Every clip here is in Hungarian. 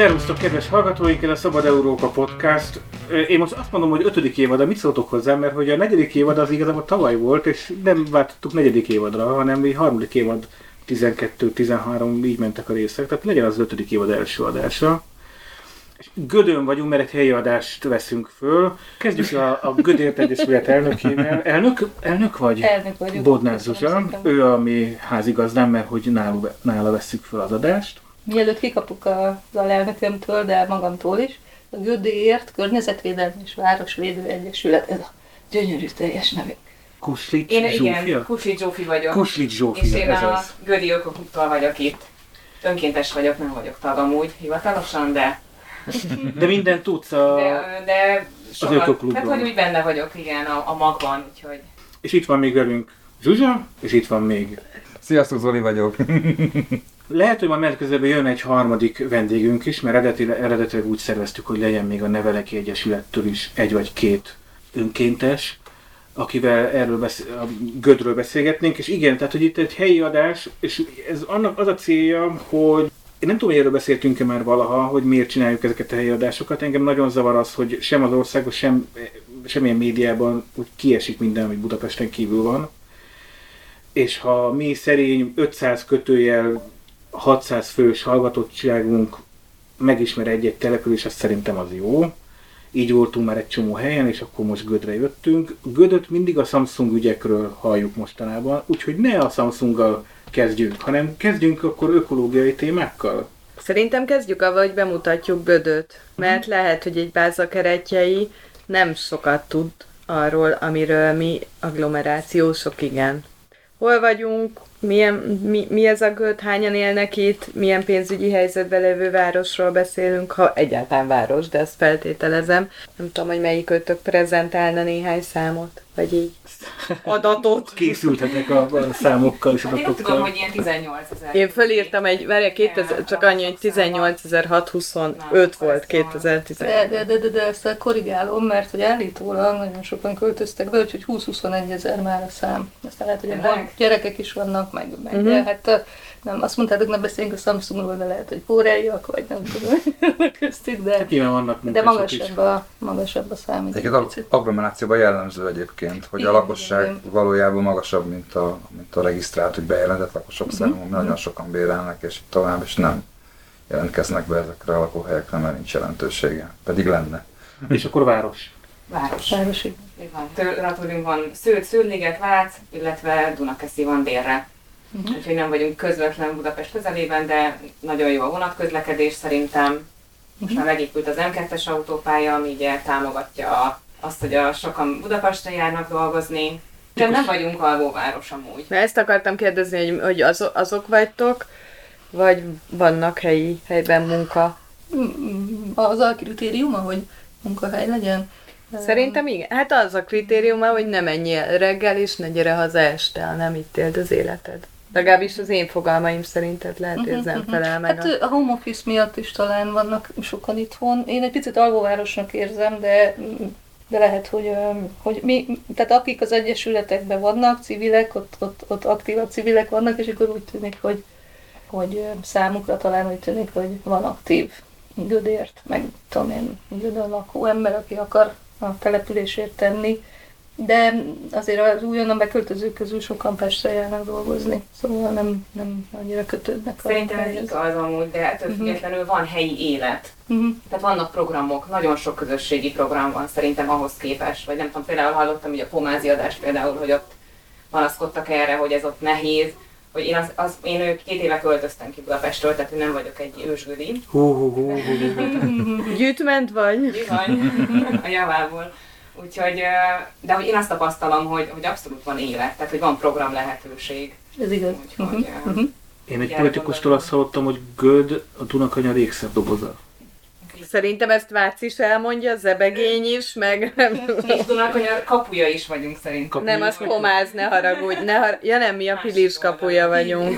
Szervusztok, kedves hallgatóink, ez a Szabad Európa Podcast. Én most azt mondom, hogy 5. évad, de mit szóltok hozzá, mert hogy a 4. évad az igazából tavaly volt, és nem váltottuk 4. évadra, hanem 3. évad 12-13, így mentek a részek, tehát legyen az 5. évad első adása. És Gödön vagyunk, mert egy helyi adást veszünk föl. Kezdjük a Gödért Egyesület elnökével. Elnök vagy? Elnök vagyok. Bodnár Zsuzsa. Ő a mi házigazdám, mert hogy nála vesszük föl az adást. Mielőtt kikapuk az alelnökömtől, de magamtól is, a Gödért Környezetvédelmi és Városvédő Egyesület, ez a gyönyörű teljes nevük. Kuslics Én Zsófia? igen, Kuslics Zsófi vagyok. Kuslics Zsófia, és én ez a az. Gödi Ökoklubtól vagyok itt. Önkéntes vagyok, nem vagyok tag amúgy hivatalosan, de De mindent tudsz de sokat, Ökoklubról. tehát hogy úgy benne vagyok, igen, a magban, úgyhogy... És itt van még velünk Zsuzsa, és itt van még. Sziasztok, Zoli vagyok. Lehet, hogy ma menet közben jön egy harmadik vendégünk is, mert eredetileg úgy szerveztük, hogy legyen még a Neveleki Egyesülettől is egy vagy két önkéntes, akivel erről a Gödről beszélgetnénk, és igen, tehát hogy itt egy helyi adás, és ez annak az a célja, hogy én nem tudom, hogy erről beszéltünk-e már valaha, hogy miért csináljuk ezeket a helyi adásokat. Engem nagyon zavar az, hogy sem az országos, semmilyen médiában úgy kiesik minden, ami Budapesten kívül van. És ha mi szerény 500 kötőjel 600 fős hallgatottságunk megismer egy-egy település, azt szerintem az jó. Így voltunk már egy csomó helyen, és akkor most Gödre jöttünk. Gödöt mindig a Samsung ügyekről halljuk mostanában, úgyhogy ne a Samsunggal kezdjünk, hanem kezdjünk akkor ökológiai témákkal. Szerintem kezdjük avval, hogy bemutatjuk Gödöt, mert lehet, hogy egy báza keretjei nem sokat tud arról, amiről mi agglomerációsok igen. Hol vagyunk, mi ez a Göd, hányan élnek itt, milyen pénzügyi helyzetben lévő városról beszélünk, ha egyáltalán város, de ezt feltételezem. Nem tudom, hogy melyikőtök prezentálna néhány számot, vagy így adatot. Készültetek a számokkal és Hát én úgy adatokkal. tudom, hogy ilyen 18 000. Én fölírtam csak annyi, hogy 18.625 volt 2010. De ezt korrigálom, mert hogy állítólag nagyon sokan költöztek be, úgyhogy 20-21 ezer már a szám. Aztán lehet, hogy ebben gyerekek is vannak, meg de hát nem, azt mondtátok, nem beszélünk a Samsungról, de lehet, hogy kóreaiak, vagy nem tudom, köztük, de, Nyilván vannak de munkások is. magasabb a szám. Egyébként az agglomerációban jellemző egyébként, hogy a Igen, lakosság igen. valójában magasabb, mint a regisztrált, hogy bejelentett lakosok száma, nagyon sokan bérelnek, és így tovább, és nem jelentkeznek be ezekre a lakóhelyekre, mert nincs jelentősége. Pedig lenne. És akkor város. Város. Városi. Így van. Tőlünk van Sződ-Liget, Vác, illetve Dunakeszi van délre. Úgyhogy nem vagyunk közvetlen Budapest közelében, de nagyon jó a vonatközlekedés szerintem. Most már megépült az M2-es autópálya, ami ugye támogatja azt, hogy sokan Budapesten járnak dolgozni. De nem vagyunk alvóváros amúgy. Na ezt akartam kérdezni, hogy azok vagytok, vagy vannak helyben munka? Az a kritériuma, hogy munkahely legyen? Szerintem igen. Hát az a kritériuma, hogy ne menjél reggel és ne gyere haza este, hanem itt éld az életed. Legalábbis az én fogalmaim szerint, lehet, hogy ez nem felel meg. Hát a home office miatt is talán vannak sokan itthon. Én egy picit alvóvárosnak érzem, de lehet, hogy mi, tehát akik az egyesületekben vannak, civilek, ott aktívabb civilek vannak, és akkor úgy tűnik, hogy számukra talán úgy tűnik, hogy van aktív Gödért, meg tudom én, Gödön lakó ember, aki akar a településért tenni. De azért az újonnan beköltözők közül sokan Pestre járnak dolgozni, szóval nem annyira kötődnek. Szerintem ez igaz amúgy, de ettől függetlenül van helyi élet. Tehát vannak programok, nagyon sok közösségi program van szerintem ahhoz képest. Vagy nem tudom, például hallottam hogy a pomázi adást például, hogy ott panaszkodtak erre, hogy ez ott nehéz. Hogy én 2 éve költöztem ki Budapestről, tehát én nem vagyok egy ősgödi. Gyűjtment vagy? Bizony, a javából. Úgyhogy, de hogy én azt tapasztalom, hogy abszolút van élet, tehát hogy van program lehetőség. Ez igaz. Úgyhogy, Én egy politikustól azt hallottam, hogy Göd a Dunakanyar régszer doboza. Szerintem ezt Vác is elmondja, Zebegény is, meg... És Dunakanyar kapuja is vagyunk szerintem. Nem, az Pomáz, ne haragudj. Ja nem, mi a Pilis kapuja vagyunk.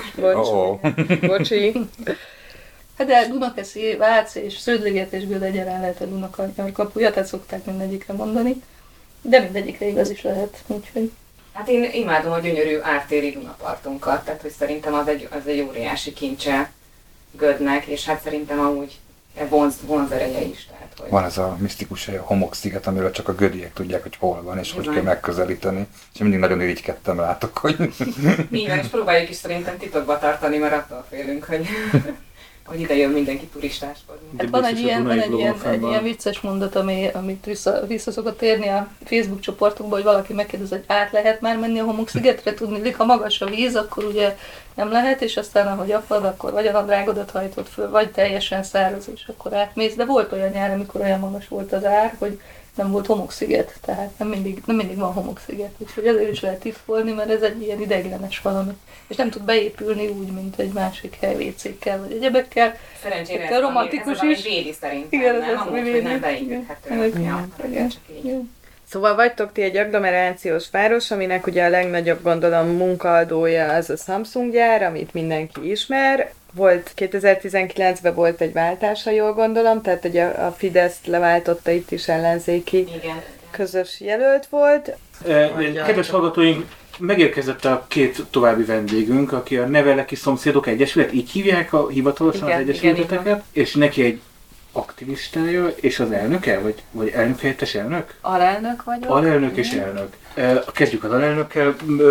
Bocsi. Hát de Dunakeszi, Vác és Sződ-Liget és Göd egyaránt lehet a Dunakanyar kapuja, tehát szokták mindegyikre mondani. De mindegyikre igaz is lehet, úgyhogy... Hát én imádom a gyönyörű ártéri Dunapartunkat, tehát hogy szerintem az egy óriási kincse Gödnek, és hát szerintem amúgy vonzereje is. Tehát, hogy... Van ez a misztikus hely, a homoksziget, amiről csak a gödiek tudják, hogy hol van, és hogy kell megközelíteni. És mindig nagyon irigykedtem, látok, hogy... Így van, és próbáljuk is szerintem titokba tartani, mert attól félünk, hogy ide jön mindenki turistáskodni. Hát van egy ilyen vicces mondat, amit vissza szokott térni a Facebook csoportunkban, hogy valaki megkérdez, hogy át lehet már menni a homokszigetre, tudni, ha magas a víz, akkor ugye nem lehet, és aztán ahogy apad, akkor vagy a nadrágodat hajtod föl, vagy teljesen száraz, és akkor átmész. De volt olyan nyár, amikor olyan magas volt az ár, hogy nem volt homoksziget, tehát nem mindig van homoksziget, úgyhogy ezért is lehet titkolni, mert ez egy ilyen ideiglenes valami. És nem tud beépülni úgy, mint egy másik hely WC-kkel, vagy egyebekkel. Szerencsére ez romantikus is. Védi szerintem, igen, nem? Amúgy, hogy nem beépíthető. Igen. Szóval vagytok ti egy agglomerációs város, aminek ugye a legnagyobb, gondolom, munkaadója az a Samsung gyár, amit mindenki ismer. Volt 2019-ben volt egy váltás, ha jól gondolom, tehát ugye a Fidesz leváltotta, itt is ellenzéki közös jelölt volt. Kedves hallgatóink, megérkezett a két további vendégünk, aki a Neveleki Szomszédok Egyesület, így hívják hivatalosan az egyesületeteket, és neki egy aktivistája, és az elnöke, vagy elnök helyettes elnök? Alelnök vagyok. Alelnök és elnök. Kezdjük az alelnökkel.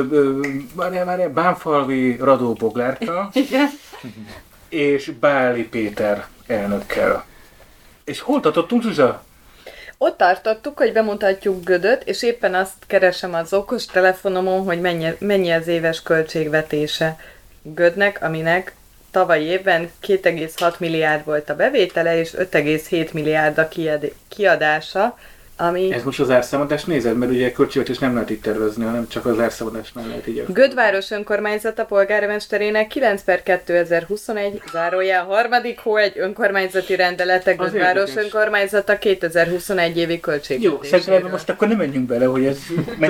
Bánfalvi Radó Boglárka. Igen. És Báli Péter elnökkel. És hol tartottunk, Zsuzsa? Ott tartottuk, hogy bemutatjuk Gödöt, és éppen azt keresem az okos telefonomon, hogy mennyi az éves költségvetése Gödnek, aminek tavalyi évben 2,6 milliárd volt a bevétele, és 5,7 milliárd a kiadása, ami... Ez most az árszámadást nézed, mert ugye költségvetést nem lehet így tervezni, hanem csak az árszámadásnál lehet így. Gödváros önkormányzata polgármesterének 9/2021 zárójel harmadik hó egy önkormányzati rendelete Gödváros önkormányzata 2021 évi költségvetéséről. Jó, szerintem most akkor nem menjünk bele, hogy ez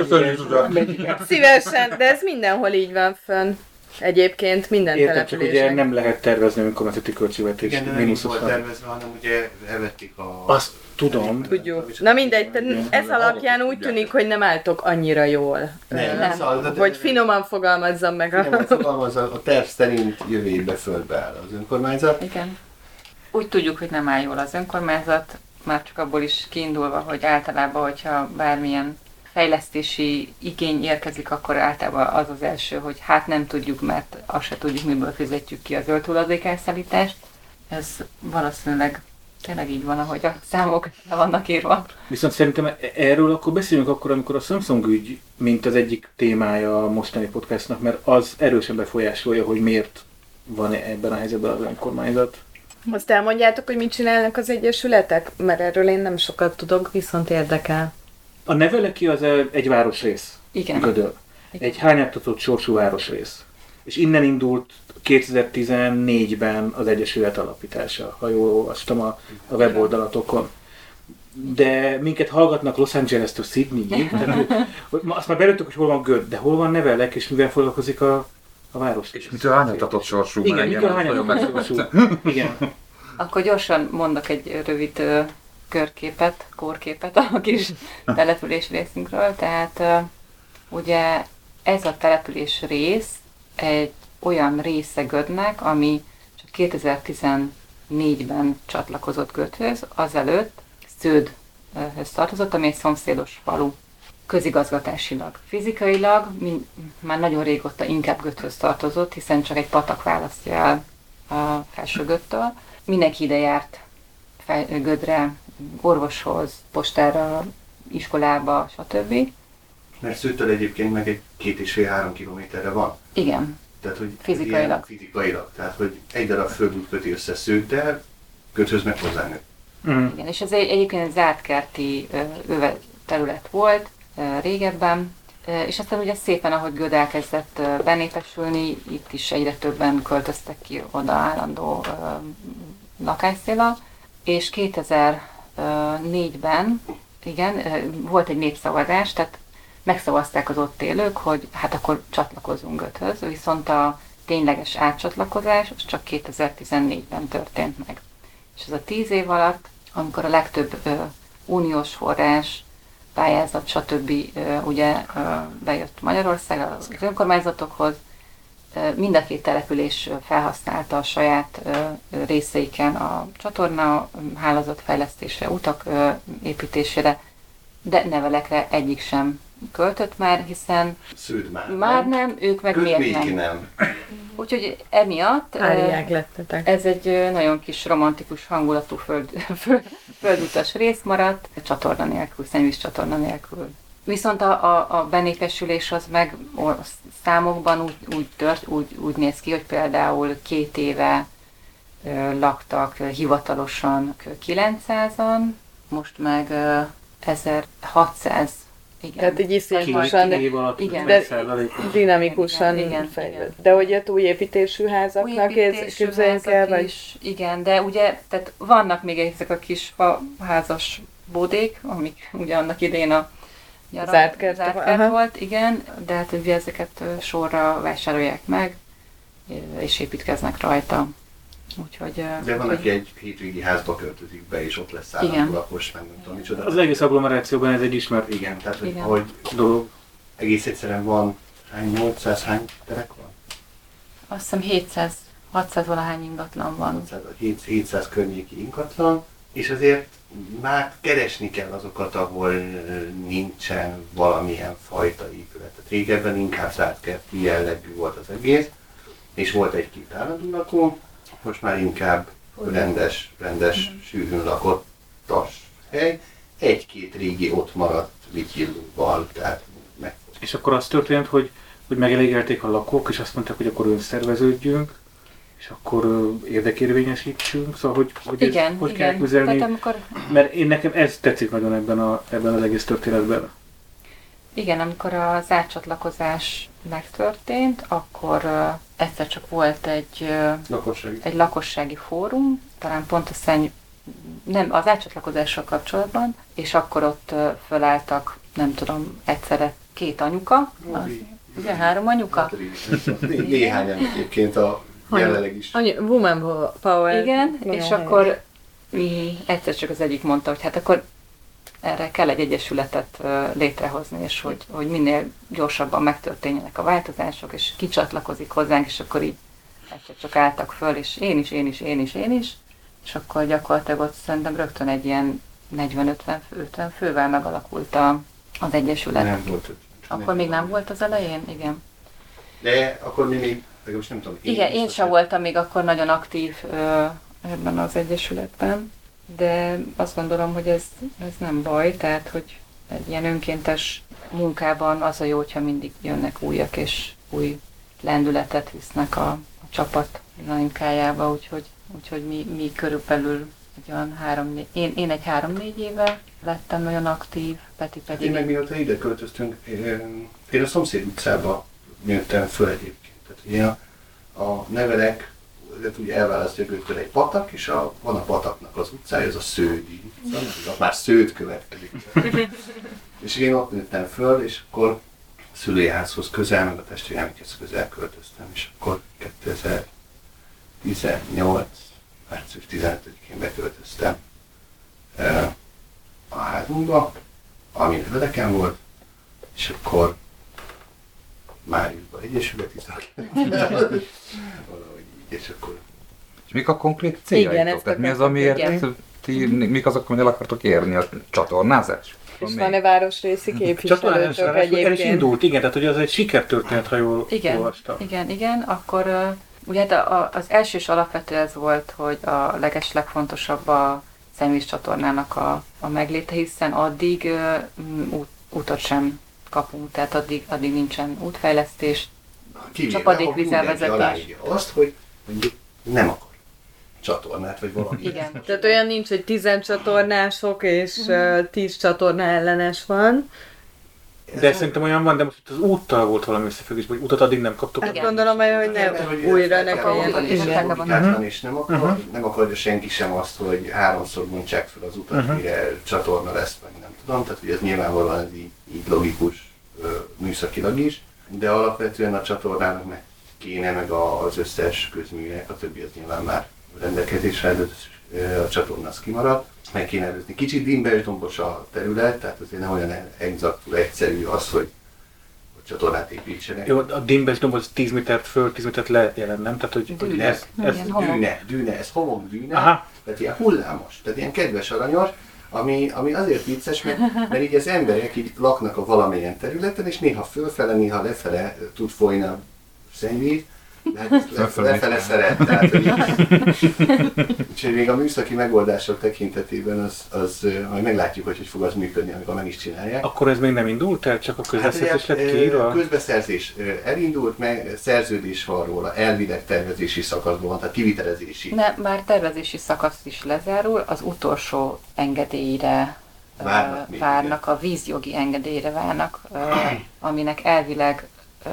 Szívesen, de ez mindenhol így van fönn. Egyébként minden településen. Csak ugye nem lehet tervezni önkormányzati költségvetést. Igen, de nem is volt tervezve, hanem ugye elvették a... Azt tudom. Tudjuk. Na mindegy, ez alapján úgy tűnik, hogy nem álltok annyira jól. Nem. Hogy finoman fogalmazzam meg. Finoman fogalmazzam, a terv szerint jövő évbe földbe áll az önkormányzat. Igen. Úgy tudjuk, hogy nem áll jól az önkormányzat, már csak abból is kiindulva, hogy általában, hogyha bármilyen fejlesztési igény érkezik, akkor általában az az első, hogy hát nem tudjuk, mert azt se tudjuk, miből fizetjük ki a zöld hulladékelszállítást. Ez valószínűleg tényleg így van, ahogy a számok le vannak írva. Viszont szerintem erről akkor beszéljünk akkor, amikor a Samsung ügy, mint az egyik témája a mostani podcastnak, mert az erősen befolyásolja, hogy miért van ebben a helyzetben az önkormányzat. Azt elmondjátok, hogy mit csinálnak az egyesületek? Mert erről én nem sokat tudok, viszont érdekel. A Neveleki az egy városrész. Igen. Gödöl. Egy hányáttatott sorsú városrész. És innen indult 2014-ben az Egyesület alapítása, ha jól olvastam a weboldalatokon. De minket hallgatnak Los Angeles-től Sydneyig, tehát azt már belőttük, hogy hol van Göd, de hol van Nevelek, és mivel foglalkozik a város. És mitől hányatatott sorsú? Igen, mitől hányatatott sorsú. Igen. Akkor gyorsan mondok egy rövid kórképet a kis település részünkről. Tehát ugye ez a település rész egy olyan része Gödnek, ami csak 2014-ben csatlakozott Gödhöz, azelőtt Sződhöz tartozott, ami egy szomszédos falu. Közigazgatásilag, fizikailag már nagyon régóta inkább Gödhöz tartozott, hiszen csak egy patak választja el a Felső-Gödtől. Mindenki ide járt Gödre, orvoshoz, postára, iskolába, stb. Mert Sződtől egyébként meg egy 2,5-3 kilométerre van. Igen. Tehát, hogy fizikailag. Tehát, hogy egy darab földút köti össze Sződdel, Gödhöz meg hozzánk. Igen, és ez egyébként egy zártkerti terület volt régebben, és aztán ugye szépen, ahogy Göd elkezdett benépesülni, itt is egyre többen költöztek ki oda állandó lakásszéllal, és 2004-ben igen, volt egy népszavazás, tehát megszavazták az ott élők, hogy hát akkor csatlakozunk Gödhöz, viszont a tényleges átcsatlakozás az csak 2014-ben történt meg. És ez a 10 év alatt, amikor a legtöbb uniós forrás, pályázat, stb. Ugye bejött Magyarországra az önkormányzatokhoz, mind a két település felhasználta a saját részeiken a csatorna hálózat fejlesztésre, utak építésére, de Nevelekre egyik sem költött már, hiszen Sződ már nem, ők meg miért még nem. nem. Úgyhogy emiatt Áriák lettetek. ez egy nagyon kis romantikus hangulatú földutas rész maradt, csatorna nélkül, szennyvíz csatorna nélkül. Viszont a benépesülés az meg számokban úgy néz ki, hogy például 2 éve laktak hivatalosan 900-an, most meg 1600. Igen. Tehát így iszonyatosan, Két év alatt igen. 50%-os. dinamikusan Igen, fejlődött. igen. De hogy a újépítésű házaknak képzeljünk el, vagy... is, igen, de ugye tehát vannak még ezek a kis házas bódék, amik ugye annak idején a Zárt kert volt, igen, de hát ugye ezeket sorra vásárolják meg, és építkeznek rajta. Úgyhogy, De van, aki egy hétvégi házba költözik be, és ott lesz állandó lakos, meg nem tudom micsoda. Az egész agglomerációban ez egy ismert Igen, tehát Igen. hogy dolog. egész egyszerűen van, 800 terek van? azt hiszem 700, 600 valahány ingatlan van. 700 környéki ingatlan, és azért már keresni kell azokat, ahol nincsen valamilyen fajta épület. Tehát régebben inkább zártkerti jellegű volt az egész, és volt egy-két állandó lakó, most már inkább rendes sűrűn lakottas hely, egy-két régi ott maradt vityillóval, tehát És akkor az történt, hogy megelégelték a lakók, és azt mondták, hogy akkor önszerveződjünk, és akkor érdekérvényesítsünk, szóval hogy Igen, ezt hogy igen. kell közelni, Tehát amikor, mert nekem ez tetszik nagyon ebben az egész történetben. igen, amikor az átcsatlakozás megtörtént, akkor egyszer csak volt egy lakossági fórum, talán pont az átcsatlakozással kapcsolatban, és akkor ott fölálltak, nem tudom, egyszerre 2 anyuka, ugye 3 anyuka? Néhányan egyébként a jelenleg is. Woman Power. Igen, és akkor egyszer csak az egyik mondta, hogy hát akkor erre kell egy egyesületet létrehozni, és hogy minél gyorsabban megtörténjenek a változások, és kicsatlakozik hozzánk, és akkor így egyszer csak álltak föl, és én is, és akkor gyakorlatilag ott szerintem rögtön egy ilyen 40-50 fővel megalakult az egyesület. Nem volt. Akkor még nem volt az elején? Igen. De akkor mi még, most nem tudom. Igen, én sem voltam még akkor nagyon aktív ebben az egyesületben, de azt gondolom, hogy ez nem baj, tehát hogy egy ilyen önkéntes munkában az a jó, hogyha mindig jönnek újak, és új lendületet visznek a csapat dinamikájába, úgyhogy mi körülbelül egy olyan 3-4, én egy 3-4 éve lettem nagyon aktív, Peti pedig. Én meg mióta ide költöztünk, én a szomszéd utcába nőttem föl egyébként. Tehát ugye a Nevelek, ugye elválasztja őktől egy patak, és van a pataknak az utcája, az a Sződi utca, már Sződ következik. És én ott nőttem föl, és akkor szülőházhoz közel, meg a testvéremhez közel költöztem, és akkor 2018. március 15-én beköltöztem a házunkba, ami Neveleken volt, és akkor májusban egyesületi tag. Valahogy így, és akkor... És mik a konkrét céljaitok? Tehát mi az, amiért mik azok, amit el akartok érni? A csatornázás? És van-e városrészi képviselőtök El is egyébként? indult, igen, tehát hogy az egy sikertörténet, ha jól olvastam. Igen, akkor ugye hát az első és alapvető ez volt, hogy a legfontosabb a szennyvíz csatornának a megléte, hiszen addig útot sem kapunk, tehát addig nincsen útfejlesztés, csapadékvízelvezetés. Azt, hogy mondjuk nem akar csatornát, vagy valami. Igen. Tehát olyan nincs, hogy 10 csatornások és 10 csatorna ellenes van. De szerintem olyan van, de most itt az úttal volt valami összefüggés, hogy utat addig nem kaptuk. Hát gondolom, hogy ne újra ne kelljen. És nem akarja senki sem azt, hogy 3-szor bontsák fel az utat, mire csatorna lesz, meg nem tudom. Tehát, hogy ez nyilvánvalóan ez így logikus műszakilag is, de alapvetően a csatornának meg kéne, meg az összes közműnek, a többi az nyilván már rendelkezésre, de a csatorna az kimaradt. Meg kéne előzni. Kicsit dimbes dombos a terület, tehát azért nem olyan exaktul egyszerű az, hogy csatornát építsenek. Jó, a dimbes domboz 10 métert föl, 10 métert le jelent, nem? Tehát, hogy Dűne. ez Igen, homok. Dűne, ez homokdűne, Aha. tehát ilyen hullámos, tehát ilyen kedves aranyos, ami azért vicces, mert így az emberek így laknak a valamilyen területen, és néha fölfele, néha lefele tud folyni a szennyvíz, de hát ezt lefele szeret, tehát hogy úgyhogy még a műszaki megoldások tekintetében az majd meglátjuk, hogy fog az működni, amikor meg is csinálják. Akkor ez még nem indult el, csak a közbeszerzés lett kiírva? Közbeszerzés elindult, meg szerződés van róla, elvileg tervezési szakaszban van, tehát kivitelezési. Már tervezési szakasz is lezárul, az utolsó engedélyre várnak, a vízjogi engedélyre várnak, aminek elvileg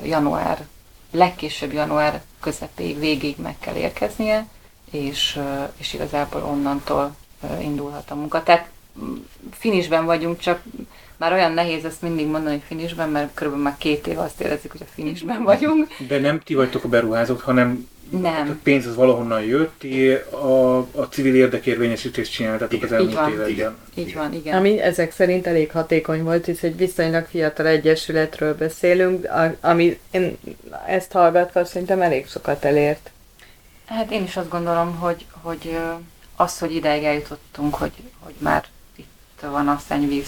legkésőbb január közepéig, végig meg kell érkeznie, és igazából onnantól indulhat a munka. Tehát finishben vagyunk, csak már olyan nehéz ezt mindig mondani, hogy finishben, mert körülbelül már 2 év azt érezzük, hogy a finishben vagyunk. De nem ti vagytok a beruházók, hanem Nem. a pénz az valahonnan jött, ti a civil érdekérvényesítést csináltatok az elmúlt években. Így van, igen. Ami ezek szerint elég hatékony volt, hisz egy viszonylag fiatal egyesületről beszélünk, ami én ezt hallgatva szerintem elég sokat elért. Hát én is azt gondolom, hogy az, hogy ideig eljutottunk, hogy már itt van a szennyvíz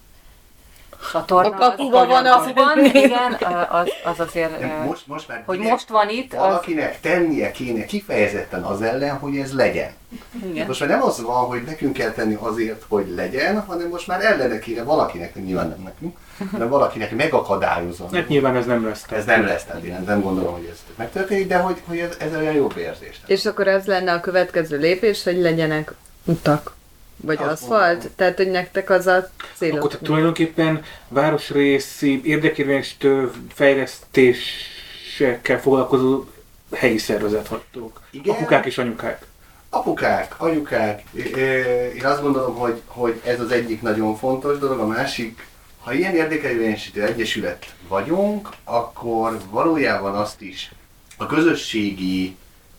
csatorna. A kapuban van a igen, az azért, Most már hogy most van itt, az... valakinek tennie kéne kifejezetten az ellen, hogy ez legyen. Igen. Most már nem az van, hogy nekünk kell tenni azért, hogy legyen, hanem most már ellene kéne valakinek, nyilván nem nekünk, hanem valakinek megakadályozza. Hát nyilván ez nem lesz. Ez nem lesz, tehát én nem gondolom, hogy ez megtörténik, de hogy ez olyan jobb érzés. És akkor az lenne a következő lépés, hogy legyenek utak, vagy Azt aszfalt, mondom. tehát hogy nektek az a célok. Akkor tulajdonképpen városrészi érdekérvényesítő fejlesztésekkel foglalkozó helyi szervezet vagytok. Igen. Apukák és anyukák. Apukák, anyukák, én azt gondolom, hogy ez az egyik nagyon fontos dolog, a másik, ha ilyen érdekelőényesítő egyesület vagyunk, akkor valójában azt is a közösségi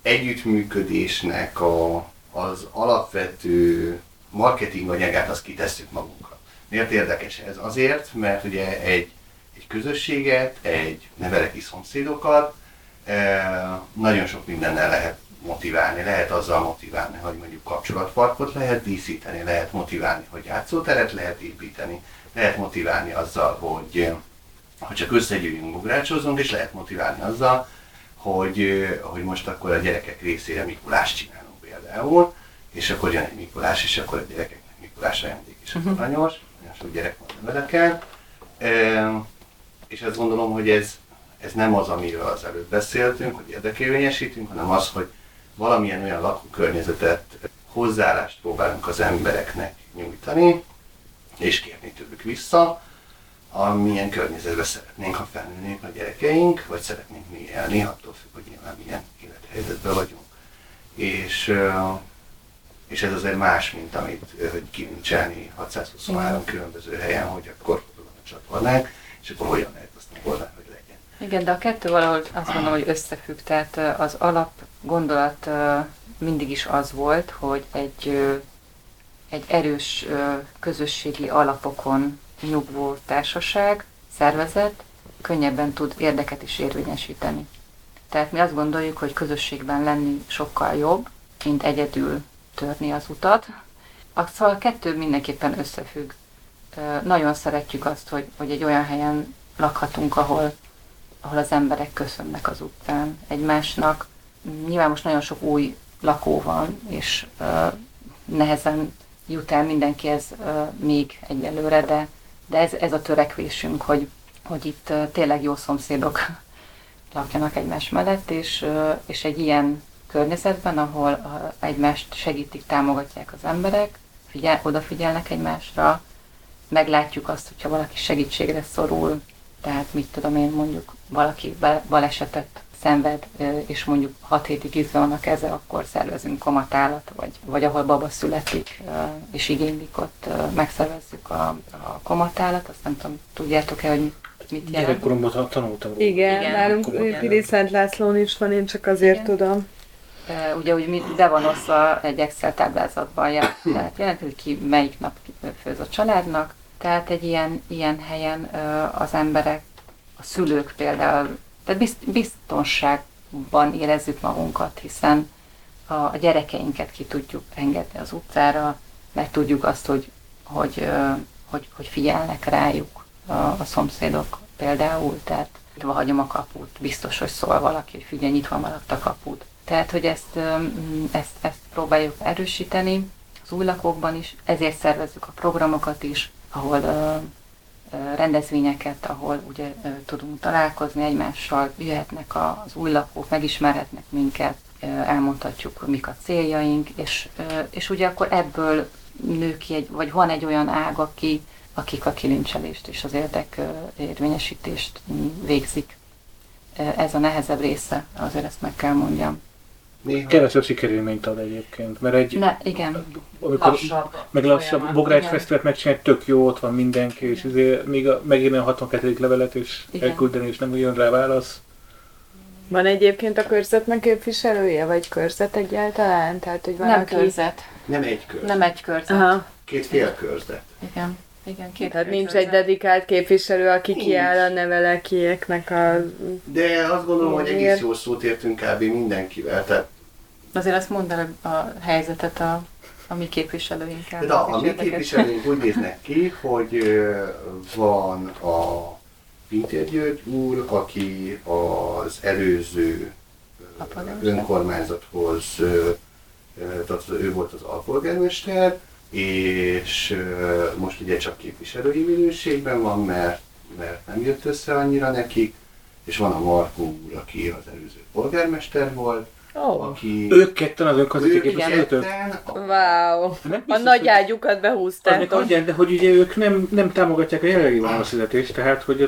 együttműködésnek az alapvető marketing anyagát azt kitesszük magunkra. Miért érdekes ez? Azért, mert ugye egy közösséget, egy neveleki szomszédokat nagyon sok mindennel lehet motiválni. Lehet azzal motiválni, hogy mondjuk kapcsolatparkot lehet díszíteni, lehet motiválni, hogy játszóteret lehet építeni, lehet motiválni azzal, hogy csak összegyűjjünk, bugrácsozzunk, és lehet motiválni azzal, hogy most akkor a gyerekek részére Mikulást csinálunk például, és akkor jön egy Mikulás, és akkor a gyerekeknek Mikulás ajándék is aranyos, nagyon sok gyerek van neveleken. És azt gondolom, hogy ez nem az, amiről az előbb beszéltünk, hogy érdekérvényesítünk, hanem az, hogy valamilyen olyan lakókörnyezetet, hozzáállást próbálunk az embereknek nyújtani, és kérni tőlük vissza, amilyen környezetben szeretnénk, ha felnőnénk a gyerekeink, vagy szeretnénk mi élni, attól függ, hogy nyilván milyen élethelyzetben vagyunk. És ez azért más, mint amit hogy kinincselni 623 különböző helyen, hogy akkor van a csatornánk, és akkor hogyan lehet azt megoldani, hogy legyen. Igen, de a kettő valahogy azt gondolom, hogy összefügg. Tehát az alap gondolat mindig is az volt, hogy egy erős közösségi alapokon nyugvó társaság, szervezet könnyebben tud érdeket is érvényesíteni. Tehát mi azt gondoljuk, hogy közösségben lenni sokkal jobb, mint egyedül törni az utat. Szóval a kettő mindenképpen összefügg. Nagyon szeretjük azt, hogy egy olyan helyen lakhatunk, ahol az emberek köszönnek az utcán egymásnak. Nyilván most nagyon sok új lakó van, és nehezen jut el mindenkihez még egyelőre, de ez a törekvésünk, hogy itt tényleg jó szomszédok lakjanak egymás mellett, és egy ilyen környezetben, ahol egymást segítik, támogatják az emberek, odafigyelnek egymásra, meglátjuk azt, hogyha valaki segítségre szorul, tehát mit tudom én, mondjuk valaki balesetet szenved, és mondjuk 6 hétig ízve van a keze, akkor szervezünk komatálat, vagy ahol baba születik, és igénylik, ott megszervezzük a komatálat, azt nem tudom, tudjátok-e, hogy mit jelent? Gyerekkoromban tanultam róla. Igen, nálunk Piri Szent Lászlón is van, én csak azért tudom. Ugye úgy be van osztva egy Excel táblázatban, tehát jelenti, hogy ki melyik nap főz a családnak, tehát egy ilyen helyen az emberek a szülők például, tehát biztonságban érezzük magunkat, hiszen a gyerekeinket ki tudjuk engedni az utcára, mert tudjuk azt, hogy figyelnek rájuk a szomszédok például, tehát nyitva hagyom a kaput, biztos, hogy szól valaki, hogy figyelj, nyitva maradt a kaput. Tehát, hogy ezt próbáljuk erősíteni az új lakókban is, ezért szervezzük a programokat is, ahol rendezvényeket, ahol ugye tudunk találkozni egymással, jöhetnek az új lakók, megismerhetnek minket, elmondhatjuk, mik a céljaink, és ugye akkor ebből nő ki, vagy van egy olyan ág, akik a kilincselést és az érdekérvényesítést végzik. Ez a nehezebb része, azért ezt meg kell mondjam. Kevesebb sikerélményt ad egyébként, mert igen. Lassabb, Bogrács Fesztivált megcsinálni, tök jó, ott van mindenki, és azért még megírni a 62. levelet és elküldeni, és nem jön rá válasz. Van egyébként a körzetnek képviselője, vagy körzet egyáltalán? Tehát, hogy van nem körzet. Nem egy körzet. Nem egy körzet. Aha. Két fél körzet. Igen, két Tehát nincs egy dedikált képviselő, aki kiáll a nevelekieknek a... De azt gondolom, hogy egész jó szót értünk kb. Mindenkivel. Tehát... Azért azt mondd el a helyzetet a mi képviselőinkkel. De a mi képviselőink úgy néznek ki, hogy van a Pintér György úr, aki az előző önkormányzathoz, tehát ő volt az alpolgármester, és most ugye csak képviselői minőségben van, mert nem jött össze annyira nekik, és van a Markó úr, aki az előző polgármester volt, aki... Ők ketten az önkormányzati képviselőtök? Wow! A nagy ágyukat behúztátok. De hogy ugye ők nem támogatják a jelenlegi válaszvezetést, tehát hogy...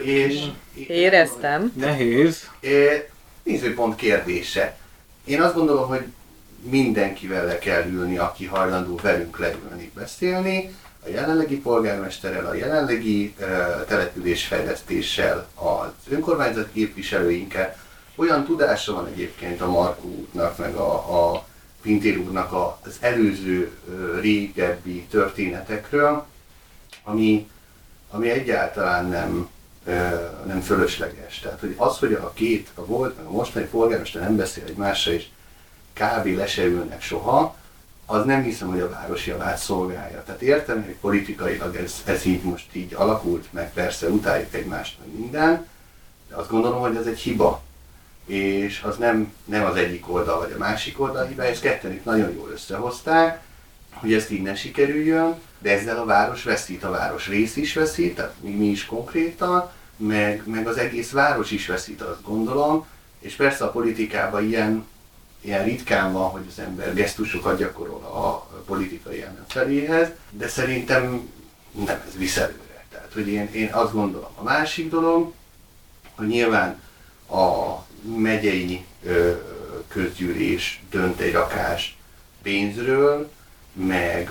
Éreztem. Nehéz. Nézőpont kérdése. Én azt gondolom, hogy mindenkivel le kell ülni, aki hajlandó velünk leülni, beszélni, a jelenlegi polgármesterrel, a jelenlegi településfejlesztéssel, az önkormányzat képviselőinkkel. Olyan tudása van egyébként a Markó úrnak, meg a Pintér úrnak az előző régebbi történetekről, ami egyáltalán nem fölösleges. Tehát hogy az, hogy a volt, meg a mostani polgármester nem beszél egymással, és kb. Le se ülnek soha, az nem hiszem, hogy a város javát szolgálja. Tehát értem, hogy politikailag ez így most így alakult, meg persze utáljuk egymást, meg minden, de azt gondolom, hogy ez egy hiba. És az nem az egyik oldal vagy a másik oldal hibája, ezt ketten itt nagyon jól összehozták, hogy ezt így ne sikerüljön, de ezzel a város veszít, a város rész is veszít, tehát mi is konkrétan, meg az egész város is veszít, azt gondolom, és persze a politikában ilyen ritkán van, hogy az ember gesztusokat gyakorol a politikai ellenfeléhez, de szerintem nem ez visz előre. Tehát, hogy én azt gondolom. A másik dolog, hogy nyilván a megyei közgyűlés dönt egy rakás pénzről, meg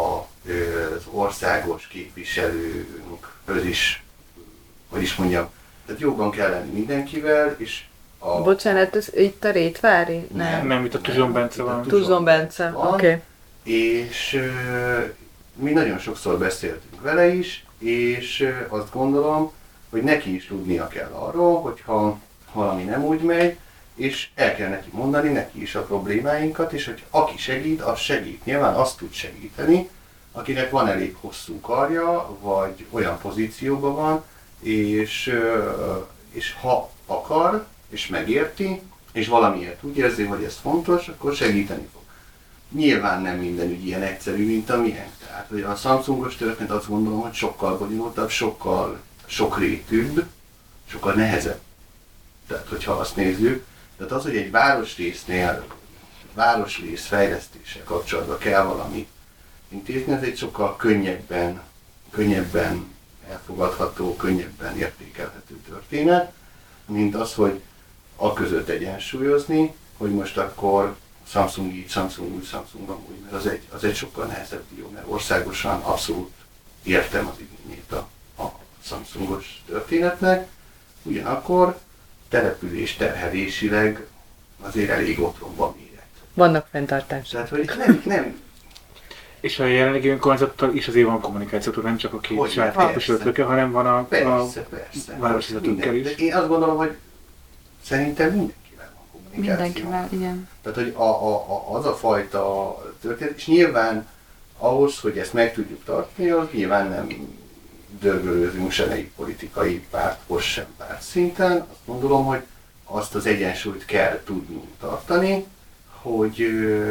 az országos képviselőnkhöz is, hogy is mondjam, tehát jóban kell lenni mindenkivel, és Bocsánat, ez itt a Rétvári? Nem, itt a Tuzson Bence van. Tuzson Bence, oké. És mi nagyon sokszor beszéltünk vele is, és azt gondolom, hogy neki is tudnia kell arról, hogyha valami nem úgy megy, és el kell neki mondani, neki is a problémáinkat, és hogy aki segít, az segít. Nyilván azt tud segíteni, akinek van elég hosszú karja, vagy olyan pozícióban van, és ha akar, és megérti, és valamiért úgy érzi, hogy ez fontos, akkor segíteni fog. Nyilván nem minden ügy ilyen egyszerű, mint a miénk. Tehát, hogy a Samsungos történet azt gondolom, hogy sokkal bonyolultabb, sokkal sokrétűbb, sokkal nehezebb. Tehát, hogyha azt nézzük, tehát az, hogy egy városrésznél, városrész fejlesztéssel kapcsolatban kell valamit intézni, ez egy sokkal könnyebben elfogadható, könnyebben értékelhető történet, mint az, hogy a között egyensúlyozni, hogy most akkor Samsung így, Samsung úgy, Samsung amúgy, mert az egy sokkal nehezebb dió, mert országosan abszolút értem az igényét a Samsungos történetnek, ugyanakkor település terhelésileg azért elég otromban méret. Vannak fenntartások. Tehát, hogy nem. És a jelenlegi önkormányzattal is azért van kommunikáció, nem csak a két saját képviselőtőkkel, hanem van a városvezetőkkel is. De én azt gondolom, hogy szerintem mindenkivel van kommunikáció. Mindenkivel, igen. Tehát, hogy az a fajta történet, és nyilván ahhoz, hogy ezt meg tudjuk tartani, az nyilván nem dörgölőzünk se egy politikai párthoz, sem párt szinten. Azt gondolom, hogy azt az egyensúlyt kell tudnunk tartani, hogy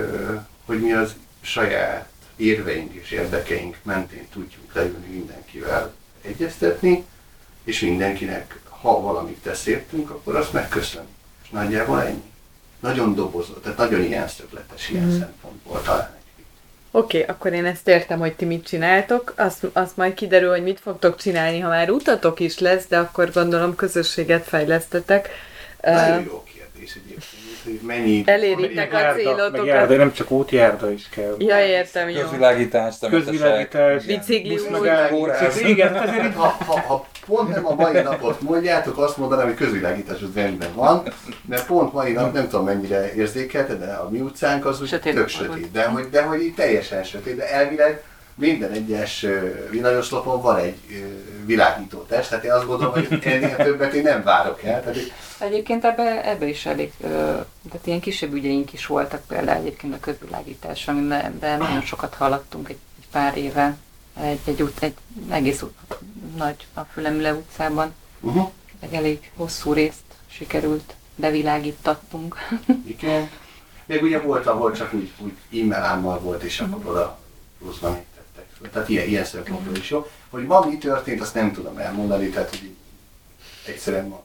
mi az saját érveink és érdekeink mentén tudjuk leülni mindenkivel egyeztetni, és mindenkinek, ha valamit tesz értünk, akkor azt megköszönjük. És nagyjából ennyi. Nagyon dobozott, tehát nagyon ilyen szögletes ilyen szempontból talán egy. Oké, akkor én ezt értem, hogy ti mit csináltok, azt majd kiderül, hogy mit fogtok csinálni, ha már utatok is lesz, de akkor gondolom közösséget fejlesztetek. Nagyon jó kérdés egyébként, hogy mennyi... Eléritek a célotokat. De nem csak útjárda is kell. Ja, értem, jó. Közvilágítás, Közvilágítás, bicikli út. Igen, azért ha pont nem a mai napot mondjátok, azt mondanám, hogy közvilágítás az rendben van, mert pont mai nap nem tudom mennyire érzékelte, de a mi utcánk az úgy tök sötét. De hogy így teljesen sötét, de elvileg minden egyes villanyoszlopon van egy világító test, tehát én azt gondolom, hogy ennél többet én nem várok el. Tehát, Egyébként ebbe is elég, tehát ilyen kisebb ügyeink is voltak, például egyébként a közvilágítás, amiben nagyon sokat haladtunk egy pár éve, egy egész nagy a Fülemüle utcában, egy elég hosszú részt sikerült bevilágítattunk. Igen. Még ugye volt, ahol csak úgy e-mailámmal volt, és akkor oda pluszban tettek föl. Tehát ilyen szempontból is jó. Hogy ma mi történt, azt nem tudom elmondani, tehát hogy egyszerűen ma.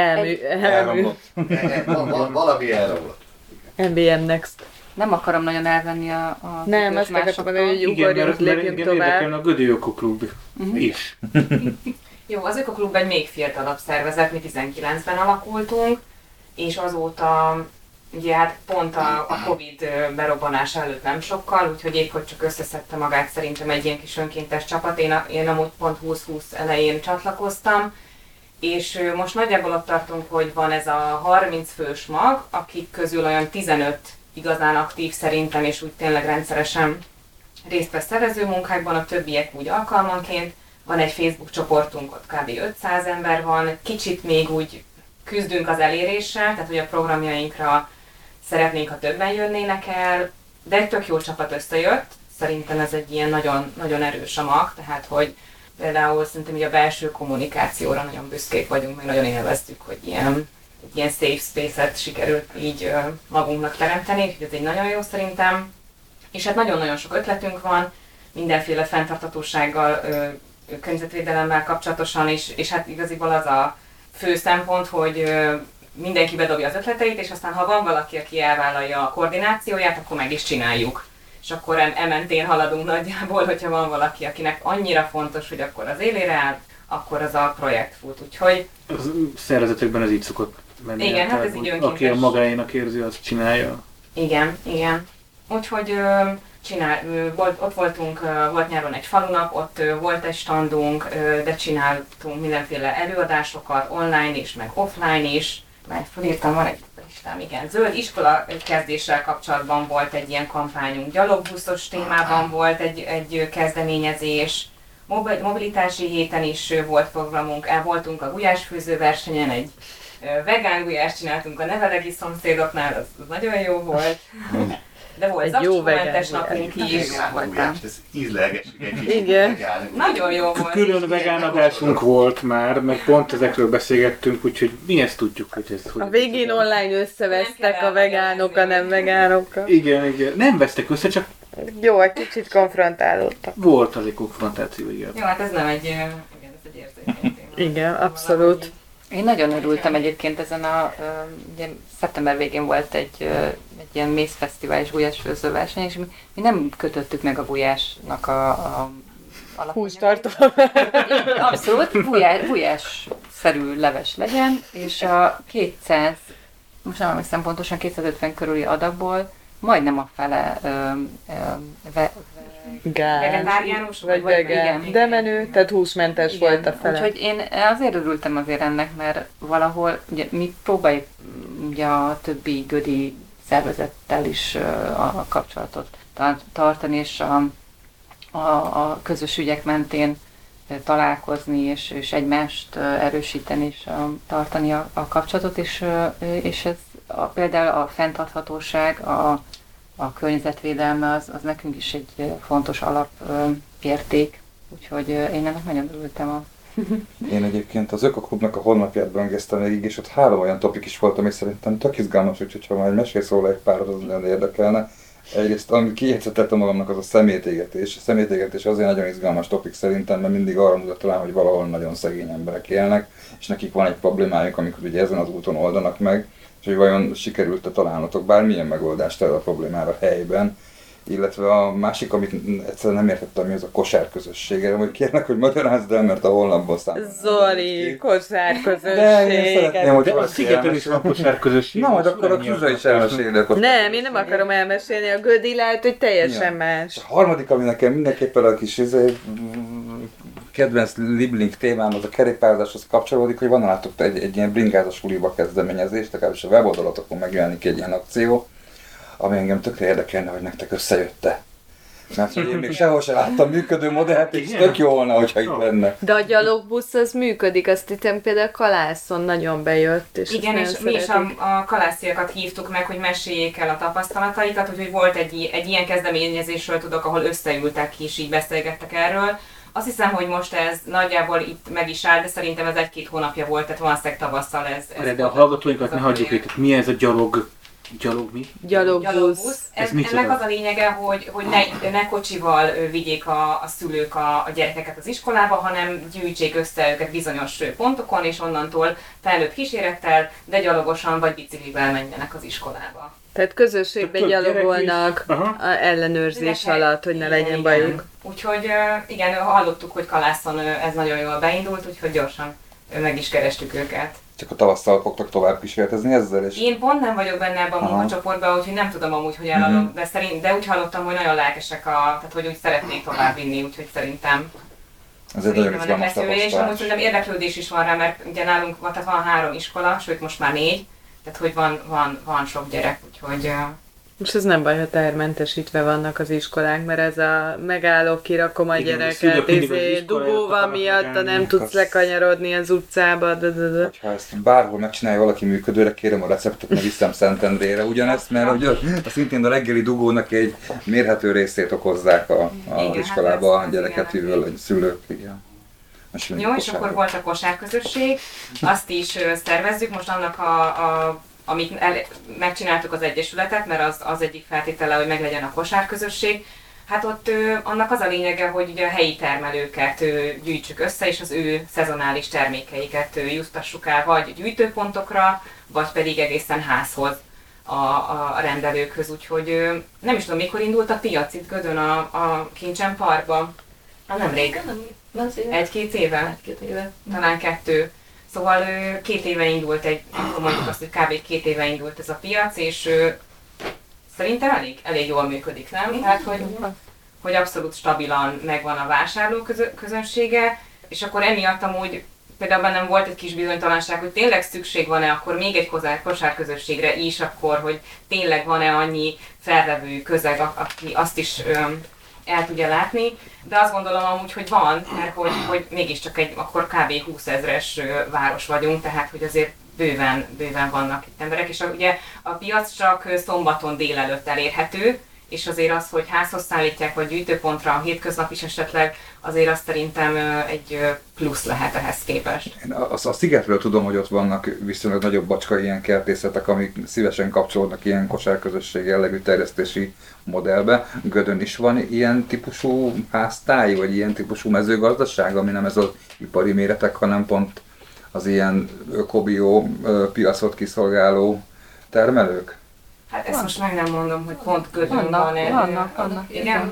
Elmúlt. Valami elromlott. MBM Next. Nem akarom nagyon elvenni a nem, azt akartam mondani, hogy ugorjunk, lépjünk tovább. Érdekel a Gödi Ökoklub is. Jó, az Ökoklub egy még fiatalabb szervezet, mi 19-ben alakultunk, és azóta ugye hát pont a Covid berobbanása előtt nem sokkal, úgyhogy épp hogy csak összeszedte magát szerintem egy ilyen kis önkéntes csapat. Én amúgy pont 2020 elején csatlakoztam, és most nagyjából ott tartunk, hogy van ez a 30 fős mag, akik közül olyan 15 igazán aktív szerintem, és úgy tényleg rendszeresen részt vesz szervezőmunkákban, a többiek úgy alkalmanként. Van egy Facebook csoportunk, ott kb. 500 ember van, kicsit még úgy küzdünk az eléréssel, tehát hogy a programjainkra szeretnénk, ha többen jönnének el, de egy tök jó csapat összejött, szerintem ez egy ilyen nagyon, nagyon erős a mag, tehát hogy például szerintem így a belső kommunikációra nagyon büszkék vagyunk, meg nagyon élveztük, hogy ilyen safe space-et sikerült így magunknak teremteni, úgyhogy ez egy nagyon jó szerintem. És hát nagyon-nagyon sok ötletünk van, mindenféle fenntarthatósággal, környezetvédelemmel kapcsolatosan is, és hát igaziból az a fő szempont, hogy mindenki bedobja az ötleteit, és aztán ha van valaki, aki elvállalja a koordinációját, akkor meg is csináljuk. És akkor ementén haladunk nagyjából, hogyha van valaki, akinek annyira fontos, hogy akkor az élére áll, akkor az a projekt fut. Úgyhogy... A szervezetekben ez így szokott menni. Igen, hát ez így önkéntes. Aki a magáénak érzi, azt csinálja. Igen, igen. Úgyhogy ott voltunk, volt nyáron egy falunap, ott volt egy standunk, de csináltunk mindenféle előadásokat, online is, meg offline is. Már felírtam, van egy listám, igen. Zöld iskola kezdéssel kapcsolatban volt egy ilyen kampányunk, gyalogbuszos témában volt egy kezdeményezés, mobilitási héten is volt programunk, voltunk a gulyásfőző versenyen, egy vegán gulyást csináltunk a nevelegi szomszédoknál, az nagyon jó volt. De volt zakcsómentes napunk is. Ez ízleges. Igen. Nagyon jó volt. Külön vegán adásunk volt már, meg pont ezekről beszélgettünk, úgyhogy mi ezt tudjuk, hogy ez hogy... A végén online összevesztek a vegánok, a nem vegánokkal. Igen. Nem vesztek össze, csak... Jó, egy kicsit konfrontálódtak. Volt azért konfrontáció, igen. Jó, hát ez nem egy érzékeny téma. Igen, abszolút. Én nagyon örültem egyébként ezen ugye szeptember végén volt egy ilyen mézfesztivál és gulyásfőző verseny, és mi nem kötöttük meg a gulyásnak a hústartalmát. Abszolút, gulyás-szerű leves legyen, és a 200, most nem emlékszem pontosan, 250 körüli adagból majdnem a fele vegetáriánus vagy vegán, igen. De menő, tehát húsmentes igen, volt a fele. Úgyhogy én azért örültem azért ennek, mert valahol ugye, mi próbáljuk ugye a többi gödi szervezettel is a kapcsolatot tartani, és a közös ügyek mentén találkozni, és egymást erősíteni, és tartani a kapcsolatot, és ez például a fenntarthatóság, a környezetvédelme az nekünk is egy fontos alapérték, úgyhogy én ennek nagyon örültem. Én egyébként az Ökoklubnak a honlapját böngésztem végig, és ott 3 olyan topik is volt, ami szerintem tök izgalmas, úgyhogy ha majd mesélsz róla egy párat, az nagyon érdekelne. Egyrészt, amit kijegyzetettem magamnak, az a szemétégetés. A szemétégetés azért nagyon izgalmas topik szerintem, mert mindig arra mutat rá, hogy valahol nagyon szegény emberek élnek, és nekik van egy problémájuk, amikor ugye ezen az úton oldanak meg, és hogy vajon sikerült-e találnotok bármilyen megoldást erre a problémára helyben. Illetve a másik, amit egyszerűen nem értettem, mi az a kosárközösségre, hogy kérnek, hogy magyarázd el, mert a honlapból számolom. Zoli, kosárközösség. De én szeretném, hogy A szigeten is van kosárközösség. Na, majd akkor a Zsuzsa is elmeséli a kosárközösséget. Nem, én nem akarom elmesélni, a Gödi lehet, hogy teljesen más. A harmadik, ami nekem mindenképpen a kis kedvenc libling témám, az a kerékpározáshoz kapcsolódik, hogy van látok egy ilyen bringázas uliba kezdeményezést, legalábbis a weboldalatokon megjelenik egy ilyen akció, ami engem tökre érdekelne, hogy nektek összejötte. Mert hogy én még sehol sem láttam működő modellt, és tök jó volna, hogyha itt lenne. De a gyalogbusz az működik, azt hittem például Kalászon nagyon bejött. És igen, és mi is a kalásziakat hívtuk meg, hogy meséljék el a tapasztalataikat, úgyhogy volt egy ilyen kezdeményezésről tudok, ahol összeültek és így beszélgettek erről. Azt hiszem, hogy most ez nagyjából itt meg is áll, de szerintem ez 1-2 hónapja volt, tehát valószínűleg tavasszal ez de a hallgatóinkat ne hagyjuk itt, mi ez a gyalog mi? Gyalogbusz. Ennek az a lényege, hogy ne kocsival vigyék a szülők a gyerekeket az iskolába, hanem gyűjtsék össze őket bizonyos pontokon, és onnantól felnőtt kísérettel, de gyalogosan vagy biciklivel menjenek az iskolába. Tehát közösségben gyalogolnak ellenőrzés alatt, hogy ne legyen bajuk. Úgyhogy igen, hallottuk, hogy Kalászon ez nagyon jól beindult, úgyhogy gyorsan meg is kerestük őket. Csak a tavasszal fogtok tovább kísérletezni ezzel? És... Én pont nem vagyok benne ebben a munkacsoportban, úgyhogy nem tudom amúgy, hogy eladom, de úgy hallottam, hogy nagyon lelkesek, tehát hogy úgy szeretnék tovább vinni, úgyhogy szerintem ez egy nagyon izgalmas tapasztalás. És amúgy szerintem érdeklődés is van rá, mert ugye nálunk tehát van 3 iskola, sőt most már 4, tehát hogy van sok gyerek, úgyhogy... Most ez nem baj, ha termentesítve vannak az iskolák, mert ez a megállok, kirakom a gyereket, dugóval miatt, nem tudsz lekanyarodni az utcába. Ha ezt bárhol megcsinálja valaki működőre, kérem a receptet, meg viszem Szentendrére ugyanezt, mert ugye szintén a reggeli dugónak egy mérhető részét okozzák az iskolába a gyereket hívő szülők. Igen. Jó, és akkor volt a kosárközösség, azt is szervezzük, most annak amit megcsináltuk az egyesületet, mert az egyik feltétele, hogy meglegyen a kosárközösség. Hát ott annak az a lényege, hogy ugye a helyi termelőket gyűjtsük össze, és az ő szezonális termékeiket juttassuk el vagy gyűjtőpontokra, vagy pedig egészen házhoz a rendelőkhöz. Úgyhogy nem is tudom, mikor indult a piac itt Gödön a Kincsen Parkban. Nemrég. 1-2 éve? 1-2 éve. Talán 2. Szóval 2 éve indult mondjuk azt, hogy kb. 2 éve indult ez a piac, és szerintem elég jól működik, nem? Tehát, hogy abszolút stabilan megvan a vásárló közönsége, és akkor emiatt amúgy például bennem volt egy kis bizonytalanság, hogy tényleg szükség van-e akkor még egy kosárközösségre is, akkor, hogy tényleg van-e annyi felvevő közeg, aki azt is el tudja látni, de azt gondolom amúgy, hogy van, mert hogy mégiscsak akkor kb. 20 000-es város vagyunk, tehát hogy azért bőven vannak itt emberek, és ugye a piac csak szombaton délelőtt elérhető, és azért az, hogy házhoz szállítják, vagy gyűjtőpontra a hétköznap is esetleg, azért azt szerintem egy plusz lehet ehhez képest. Én a szigetről tudom, hogy ott vannak viszonylag nagyobb bacska ilyen kertészetek, amik szívesen kapcsolódnak ilyen kosárközösség jellegű terjesztési modellbe. Gödön is van ilyen típusú háztáj, vagy ilyen típusú mezőgazdaság, ami nem ez az ipari méretek, hanem pont az ilyen ökobió piacot kiszolgáló termelők? Hát ezt most meg nem mondom, hogy pont Gödön van-e. Vannak. Igen?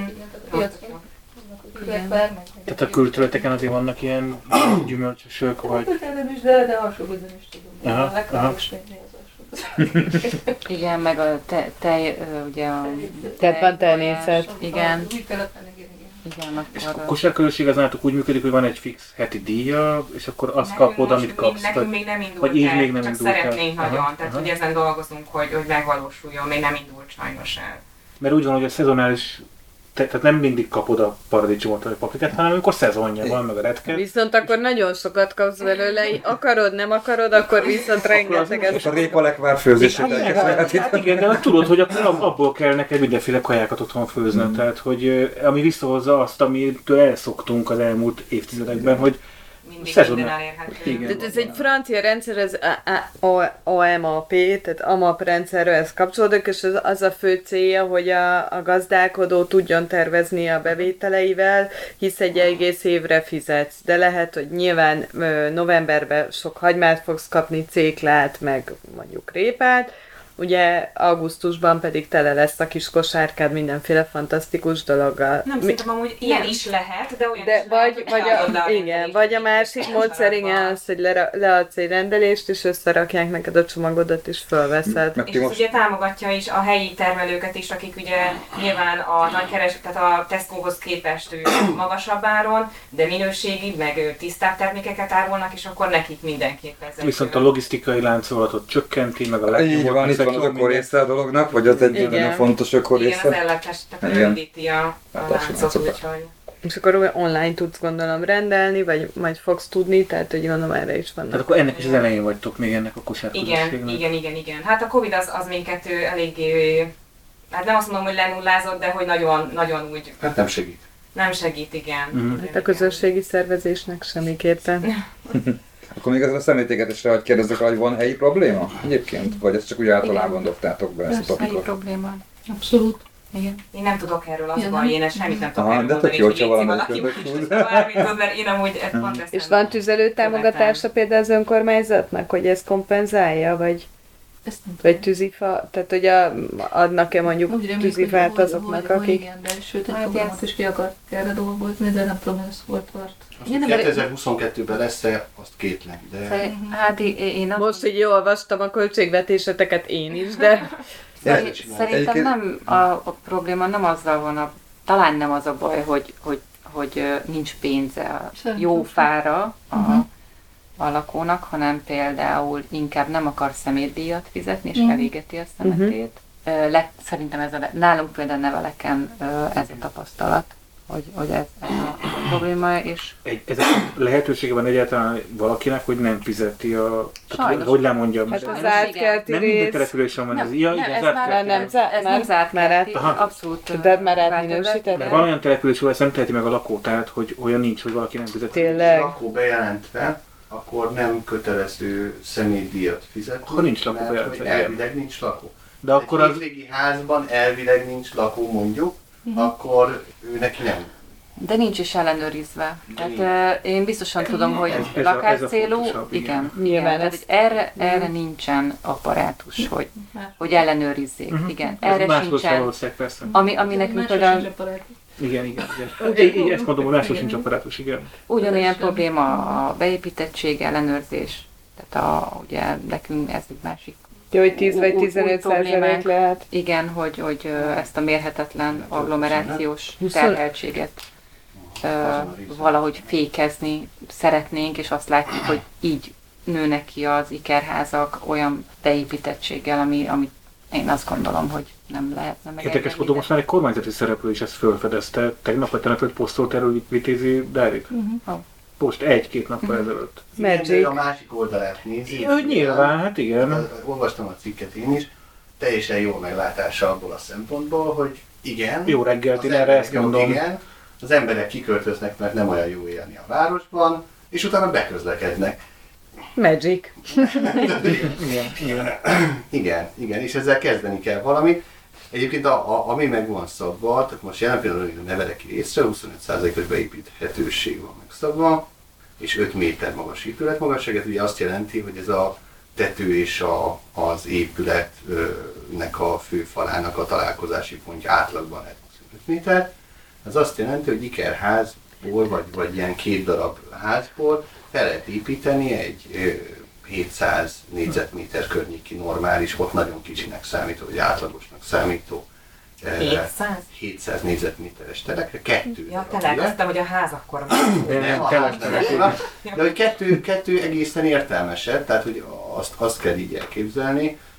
Tehát a külterületeken azért vannak ilyen gyümölcsösök, vagy... Külterületen is, de alsó Gödön is tudom. A legkevésbé az Igen, meg a tej, ugye a... Tehát van természet. Igen. Igen, és a kosárközösség az nálatok úgy működik, hogy van egy fix heti díja, és akkor azt kapod, amit kapsz. Nekünk még nem indult vagy így még nem csak indult szeretnénk nagyon, tehát hogy ezen dolgozunk, hogy megvalósuljon, még nem indult sajnos el. Mert úgy van, hogy a szezonális tehát nem mindig kapod a paradicsomot vagy a paprikát, hanem amikor szezonja van, meg a retke. Viszont akkor nagyon sokat kapsz belőle, akarod, nem akarod, akkor viszont rengeteget. És a répalekvár főzését elkezdve. Hát igen, de tudod, hogy abból kell neked mindenféle kajákat otthon főznöm, tehát hogy ami visszahozza azt, amitől elszoktunk az elmúlt évtizedekben, hogy Mindig szezon- minden elérhető. Igen. De ez egy francia rendszer, ez AMAP, tehát AMAP rendszerről ez kapcsolódik, és az a fő célja, hogy a gazdálkodó tudjon tervezni a bevételeivel, hisz egy egész évre fizetsz. De lehet, hogy nyilván novemberben sok hagymát fogsz kapni, céklát, meg mondjuk répát, ugye augusztusban pedig tele lesz a kis kosárkád mindenféle fantasztikus dologgal. Nem, szerintem amúgy ilyen is lehet, de olyan De is lehet, hogy eladod le a igen, rendelést. vagy a másik módszer, igen, az, hogy leadsz egy rendelést, és összerakják neked a csomagodat, és fölveszed. Meg És ti ez most ugye támogatja is a helyi termelőket is, akik ugye nyilván a nagy tehát a Tescohoz képest magasabb áron, de minőségi, meg tisztább termékeket árulnak, és akkor nekik mindenképp ez. viszont a logisztikai láncolatot csökkenti, meg a így van, itt van az ökorésze a dolognak, vagy az egy Igen. nagyon fontos Igen, az ökorésze. ellátás, tehát Igen. rövidíti a láncot, úgyhogy... És akkor online tudsz gondolom rendelni, vagy majd fogsz tudni, tehát hogy gondolom erre is Tehát vannak. akkor ennek is az elején vagytok még ennek a kosárközösségnek. Igen. Hát a Covid az minket eléggé, hát nem azt mondom, hogy lenullázott, de hogy nagyon, nagyon úgy Hát nem segít. nem segít, igen. Mhm. Hát a közösségi szervezésnek semmiképpen. Akkor még a személytégetésre, hogy kérdezzek, hogy van helyi probléma egyébként? Vagy ezt csak úgy általában dobtátok be ezt a Persze, helyi topikot? probléma. Abszolút. Igen. Én nem tudok erről, az Igen, baj, nem? én semmit nem tudok Aha, erről de mondani, tök jó, és hogyha légy valamelyik valaki között más is tud. bármit tud, mert én amúgy pont ezt És nem van tüzelő támogatása például az önkormányzatnak, hogy ezt kompenzálja, vagy Ezt nem vagy tűzifa, tehát hogy adnak-e mondjuk Úgy reméljük, tűzifát hogy- azoknak, hogy akik... igen, de sőt, egy Hát programot ez- is ki akart erre dolgozni, de nem tudom, hogy ez hol tart. Azt, Igen, hogy de- 2022-ben lesz-e, azt kétlem, de Hát én azt Most, hogy jól olvastam a költségvetéseteket én is, de Szerintem Egyébként- nem a probléma nem azzal van, talán nem az a baj, hogy nincs pénze a Szerintem jó sem. fára a lakónak, hanem például inkább nem akar szemétdíjat fizetni, és elégeti a szemetét. Szerintem nálunk például neveleken ez a tapasztalat, hogy ez a probléma, és Ez a lehetősége van egyáltalán valakinek, hogy nem fizeti a... Tehát, Sajnos. hogy lemondjam. hát nem az igen. átkerti minden rész, településen van ez. Nem, Ja, nem, igen, ez zárt már kerti. nem zárt. ez már- nem zárt már kerti, Aha. abszolút. de már változás. átminősített. Mert van olyan település, ahol ezt nem teheti meg a lakó, tehát hogy olyan nincs, hogy valaki nem fizeti. Tényleg. lakó bejelentve, akkor nem kötelező személydíjat fizetni. Akkor nincs lakó mert bejelentve, hogy igen. elvileg nincs lakó. De akkor egy az... hétvégi házban elvileg nincs lakó mondjuk, akkor ő neki nem. De nincs is ellenőrizve. Tehát én biztosan tudom, hogy ez a lakáscélú, fontosabb, igen. igen. Nyilván Tehát, ez- hogy erre nincsen apparátus, hogy ellenőrizzék. Igen, Ez erre máshol sem sincsen. valószínűleg, persze. Ami nekünk Máshol például sincs apparátus. Igen. Így ezt mondom, hogy máshol Igen. sincs apparátus, igen. ugyanolyan Sem. probléma a beépítettség, ellenőrzés. Tehát ugye nekünk ez egy másik. Jó, hogy 10 vagy új 15% problémánk. lehet. Igen, hogy ezt a mérhetetlen agglomerációs 20. terheltséget valahogy fékezni szeretnénk, és azt látjuk, hogy így nőnek ki az ikerházak olyan beépítettséggel, amit én azt gondolom, hogy nem lehetne meg. Érdekes módon most már egy kormányzati szereplő is ezt felfedezte. Tegnap vagy tegnap posztolt erről Vitézi Dávid. Most 1-2 nappal ezelőtt. Magic. Igen, de a másik oldalát nézi. Ő nyilván, hát igen. Olvastam a cikket én is, teljesen jó meglátása abból a szempontból, hogy igen. Jó reggelt, az én erre emberek- ezt mondom. Igen, az emberek kiköltöznek, mert nem olyan jó élni a városban, és utána beközlekednek. Magic. Igen. És ezzel kezdeni kell valamit. Egyébként ami meg van szabva, tehát most jelen pillanatban a neveleki részre 25%-os beépíthetőség van megszabva, és 5 méter magas épületmagasságot, ugye azt jelenti, hogy ez a tető és az épületnek a főfalának a találkozási pontja átlagban 25 méter. Ez azt jelenti, hogy ikerházból, vagy ilyen 2 darab házból fel lehet építeni egy 700 négyzetméter környéki normális, ott nagyon kicsinek számító, vagy átlagosnak számító 700 négyzetméteres telekre, 2 Ja, darabja. találkoztam, hogy a ház akkor Nem, a ház nem akkora. De hogy kettő egészen értelmesebb, tehát hogy azt kell így elképzelni,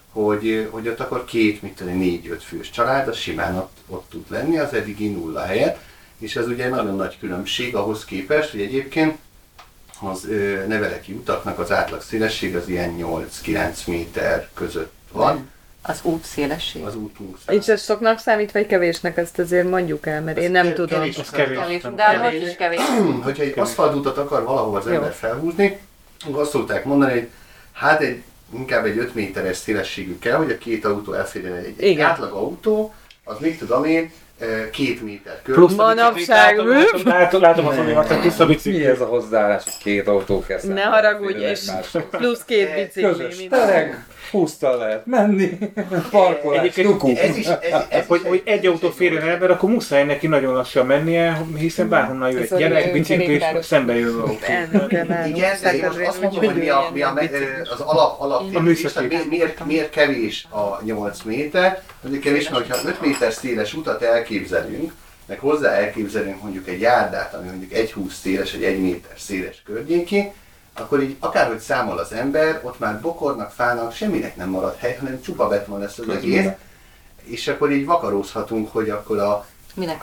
hogy ott akkor 4-5 fős család, az simán ott tud lenni, az eddigi 0 helyett, és ez ugye nagyon nagy különbség ahhoz képest, hogy egyébként az neveleki utaknak az átlag szélesség az ilyen 8-9 méter között van. Az út szélesség. Az útunk És ez soknak számít, vagy kevésnek? Ezt azért mondjuk el, mert én nem tudom. Kevés, de most is kevés. Hogyha egy aszfaltutat akar valahova az ember felhúzni, akkor azt szokták mondani, hogy hát inkább egy 5 méteres szélességű kell, hogy a két autó elférjen. Egy átlag autó, az még tudom én, 2 méter körül. Plusz manapság. Látom azt, hogy már plusz a bicikli. Mi ez a hozzáállás, hogy két autó kell Ne haragudj, és plusz 2 bicikli. Közös tereg, 20-tal lehet menni, parkolás, lukuk. Hogy egy autó férjen el, mert akkor muszáj neki nagyon lassan mennie, hiszen bárhonnan jöjj egy gyerek, bicikli, és szembe jön az autó. Igen, de én most azt mondom, hogy mi az alaptérítés, miért kevés a 8 méter, azért kevés, mert ha 5 méter széles utat elképzelünk, meg hozzá elképzelünk mondjuk egy járdát, ami mondjuk 1,20 széles, egy 1 méter széles környéki, akkor így akárhogy számol az ember, ott már bokornak, fának, semminek nem marad hely, hanem csupa beton lesz az egész, és akkor így vakarózhatunk, hogy akkor minek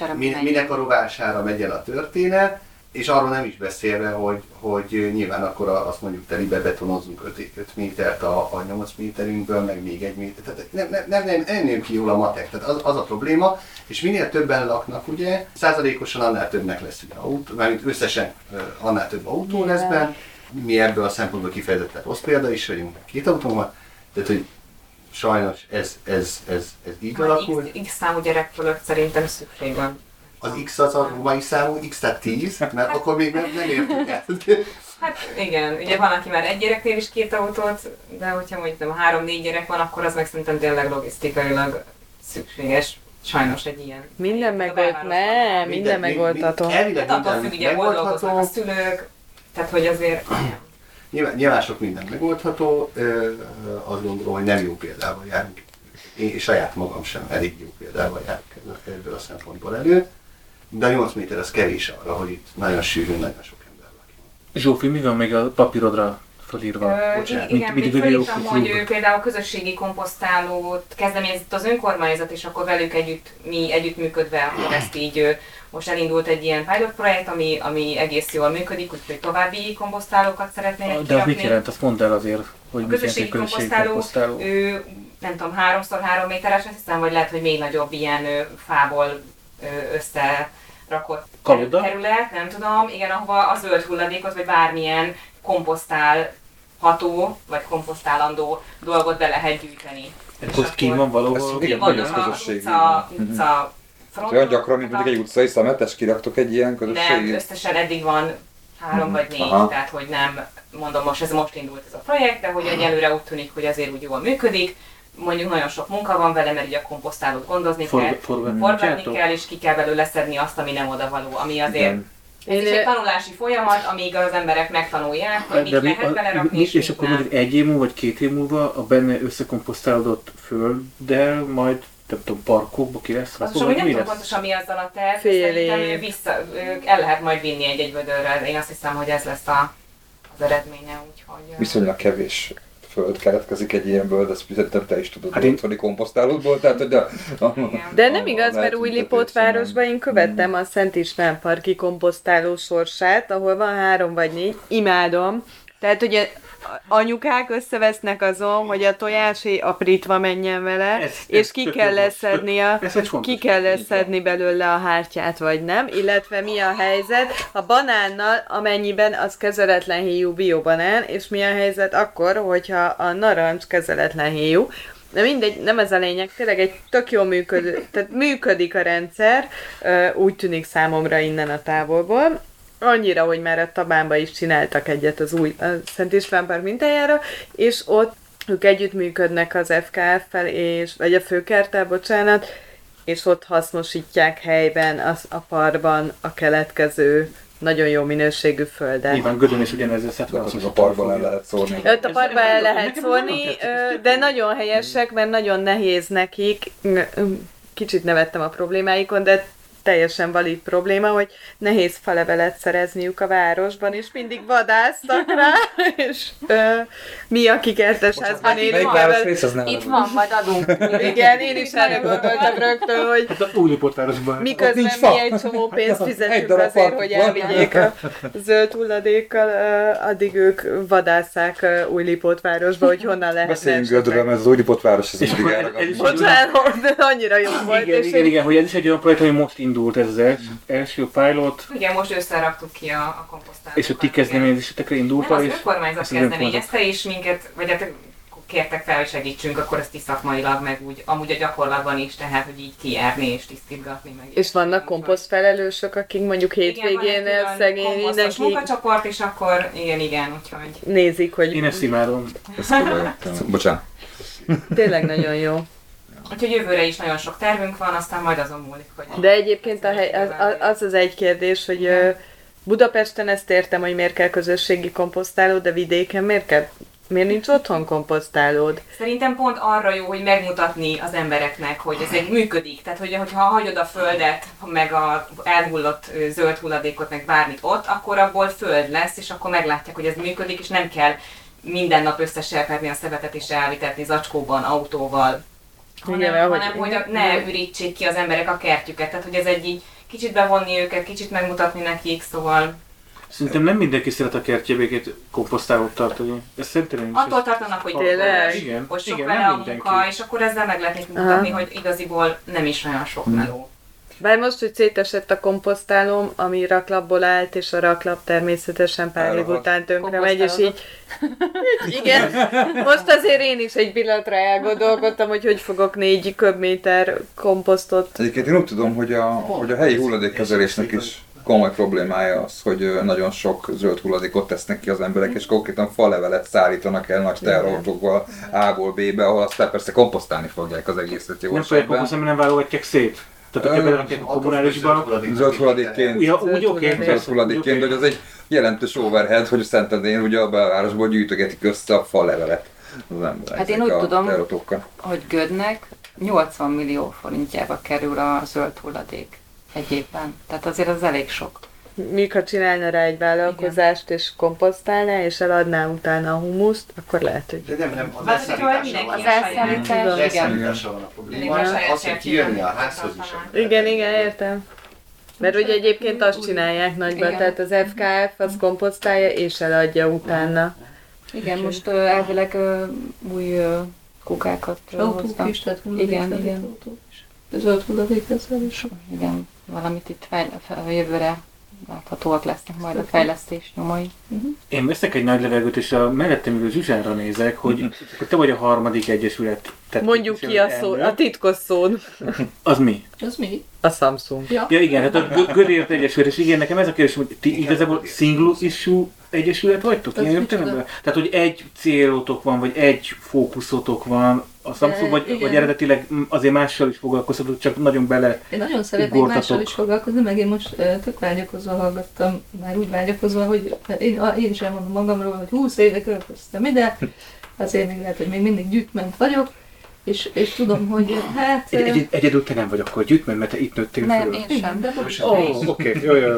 a rovására megy el a történet, és arról nem is beszélve, hogy nyilván akkor azt mondjuk telibe betonozunk 5 métert a 8 méterünkből, meg még 1 méter. Tehát nem jön ki jól a matek, tehát az a probléma, és minél többen laknak, ugye, százalékosan annál többnek lesz ugye autó, mármint összesen annál több autó lesz benne. Mi ebből a szempontból kifejezetten rossz példa is vagyunk, 2 autónk van, tehát hogy sajnos ez így alakul. X számú gyerek fölött szerintem szükség van. Az X az a mai számú, X tehát 10, mert akkor még nem értük el. Hát igen, ugye van, aki már egy gyereknél is 2 autót, de hogyha mondjuk 3-4 gyerek van, akkor az meg szerintem tényleg logisztikailag szükséges. Sajnos egy ilyen. Minden megoldható. Hát attól függ, ugye hol dolgoznak a szülők, tehát hogy azért... Nyilván sok minden megoldható, azt gondolom, hogy nem jó példával járunk. Én saját magam sem elég jó példával járok ebből a szempontból elő, de a 8 méter az kevés arra, hogy itt nagyon sűrűn, nagyon sok ember lakik. Zsófi, mi van még a papírodra felírva? Igen, még felírtam, hogy például a közösségi komposztálót kezdeményezett az önkormányzat, és akkor velük mi együttműködve, akkor ezt így most elindult egy ilyen pilot projekt, ami egész jól működik, úgyhogy további komposztálókat szeretnének kirakni. De az mit jelent? Azt mondd el azért, hogy a közösségi komposztáló, nem tudom, 3x3 méteres, azt hiszem, vagy lehet, hogy még nagyobb ilyen fából összerakott terület, nem tudom, igen, ahova a zöld hulladékot, vagy bármilyen komposztálható, vagy komposztálandó dolgot be lehet gyűjteni. Ez kín van valahol? Kín vannak a utca fronton. Olyan gyakran, mint mondjuk egy utcai szemetes, kiraktok egy ilyen közösségi? Nem, összesen eddig van 3 vagy 4, tehát hogy nem, mondom most indult ez a projekt, de hogy egyelőre úgy tűnik, hogy azért úgy jól működik. Mondjuk nagyon sok munka van vele, mert ugye a komposztálót gondozni kell, forgatni kell, és ki kell belőle szedni azt, ami nem odavaló, ami azért... Ez is egy tanulási folyamat, amíg az emberek megtanulják, hogy mit lehet belerakni, és akkor mondjuk 1 év múlva, vagy 2 év múlva a benne összekomposztálódott földdel majd nem tudom, parkokba ki lesz? Pontosan, hogy nem tudom pontosan mi azzal a terv, szerintem el lehet majd vinni egy vödörrel. Én azt hiszem, hogy ez lesz az eredménye, úgyhogy... Viszonylag kevés föld keletkezik egy ilyenből, de ezt szerintem te is tudod az otthoni komposztálódból, tehát hogy de nem igaz, mert Újlipótvárosban én követtem a Szent István parki komposztáló sorsát, ahol van 3 vagy 4, imádom. Tehát ugye anyukák összevesznek azon, hogy a tojási aprítva menjen vele, és ki kell leszedni belőle a hártyát, vagy nem, illetve mi a helyzet a banánnal, amennyiben az kezeletlen héjú biobanán, és mi a helyzet akkor, hogyha a narancs kezeletlen héjú. De mindegy, nem ez a lényeg, tényleg egy tök jól működő, tehát működik a rendszer, úgy tűnik számomra innen a távolból. Annyira, hogy már a Tabánban is csináltak egyet a Szent István Park mintájára, és ott ők együttműködnek az FKF-fel, vagy a főkerttel, bocsánat, és ott hasznosítják helyben a parkban a keletkező nagyon jó minőségű földet. Nyilván Gödön is ugyanez összetve. A parkban el lehet szórni. Ott a parkban el lehet szórni, de nagyon helyesek, mert nagyon nehéz nekik. Kicsit nevettem a problémáikon, de teljesen valid probléma, hogy nehéz falevelet szerezniük a városban, és mindig vadásztak rá, és mi, akik kertesházban élünk, Itt van, majd adunk. igen, én is erre gondoltam rögtön, hogy Hát a Újlipótvárosban. miközben mi egy csomó pénzt fizetünk azért, hogy elvigyék a zöld hulladékkal, addig ők vadásszák Újlipótvárosba, hogy honnan lehetne. Beszéljünk Gödről, mert az Újlipótváros ez mindig elragad. Bocsánat, de annyira jó volt. Igen, és igen, hogy ez is egy olyan projekt, ami most indult, ez az első pilot, Igen, most összeraktuk ki a komposztálókat. és a ti kezdeményezésetekre indult Nem, az és önkormányzat kezdeményezte, és minket, vagy hát kértek fel, hogy segítsünk, akkor ezt is szakmailag, meg úgy, amúgy a gyakorlatban is, tehát, hogy így kijárni és tisztítgatni. Meg És vannak komposztfelelősök, akik mondjuk hétvégén szegény mindenki munkacsoport, és akkor igen, úgyhogy... nézik, hogy én ezt imádom. Bocsánat. tényleg nagyon jó. Úgyhogy jövőre is nagyon sok tervünk van, aztán majd azon múlik, hogy... De egyébként az egy kérdés, hogy Budapesten ezt értem, hogy miért kell közösségi komposztáló, de vidéken miért nincs otthon komposztálód? Szerintem pont arra jó, hogy megmutatni az embereknek, hogy ez egy működik. Tehát, hogyha hagyod a földet, meg a elhullott zöld hulladékot, meg bármit ott, akkor abból föld lesz, és akkor meglátják, hogy ez működik, és nem kell minden nap összeserpedni a szemetet és elvitetni zacskóban, autóval. Hanem hogy ne ürítsék ki az emberek a kertjüket. Tehát, hogy ez egy így kicsit bevonni őket, kicsit megmutatni nekik, szóval... Szerintem nem mindenki szeret a kertjébékét komposztálót tartani. Ez szerintem is. Attól tartanak, hogy igen, hogy sok igen, vele nem a mindenki. munka, és akkor ezzel meg lehet nekik mutatni, hogy igaziból nem is olyan sok meló. Bár most, hogy szétesett a komposztálóm, ami raklapból állt, és a raklap természetesen pár év után tönkre megy, és így... Igen, most azért én is egy pillanatra elgondolkodtam, hogy fogok 4 köbméter komposztot. Egyébként én úgy tudom, hogy a helyi hulladékkezelésnek is komoly problémája az, hogy nagyon sok zöld hulladékot tesznek ki az emberek, és konkrétan falevelet szállítanak el nagy terrorokból A-ból B-be, ahol aztán persze komposztálni fogják az egészet jó nem fogják komposztálni, nem válogatják szét. Tehát hogyha berakják a kommunálisba... Zöld hulladékként. Ja, úgy oké. Zöld hulladékként, hogy az egy jelentős overhead, hogy a Szentendrén ugye a belvárosból gyűjtögetik össze a falevelet az emberek. Hát én úgy tudom, terrotokkal. hogy Gödnek 80 millió forintjába kerül a zöld hulladék egy évben. Tehát azért az elég sok. Mikor csinálna rá egy vállalkozást, és komposztálná, és eladná utána a humuszt, akkor lehet, hogy... De nem, az Hát, hogyha elszállítása van. mindenki Az elszállítás, Az igen. elszállítása van a probléma. Az, hogy kijönni a házhoz is. Igen, értem. Mert ugye egyébként azt csinálják nagyban, Igen. tehát az FKF az komposztálja, és eladja utána. Igen, most elvileg új kukákat Autók hoznak. is, tehát Igen. autók is. Zöld hulladékkezelés. Igen, valamit itt a jövőre láthatóak lesznek majd a fejlesztés nyomai. Én veszek egy nagy levegőt, és a mellettem ülő Zsuzsára nézek, hogy akkor te vagy a harmadik egyesület. Mondjuk ki a szó, a titkos szón. Az mi? Az mi? A Samsung. Ja. Ja igen, hát a Gödért Egyesület, és igen, nekem ez a kérdés, hogy ti igazából single issue egyesület vagytok? Ez Ilyen micsoda? értelemben? Tehát, hogy egy célotok van, vagy egy fókuszotok van, a Samsung, vagy igen. eredetileg azért mással is foglalkoztatok, csak nagyon bele Én nagyon szeretnék ugortatok. mással is foglalkozni, meg én most tök vágyakozva hallgattam, már úgy vágyakozva, hogy én is elmondom magamról, hogy 20 éve költöztem ide, azért még lehet, hogy még mindig gyűjtment vagyok, és tudom, hogy hát... Egyedül te nem vagy akkor gyűjtment, mert te itt nőttél Nem, föl. én igen, sem. de most Oké, jó.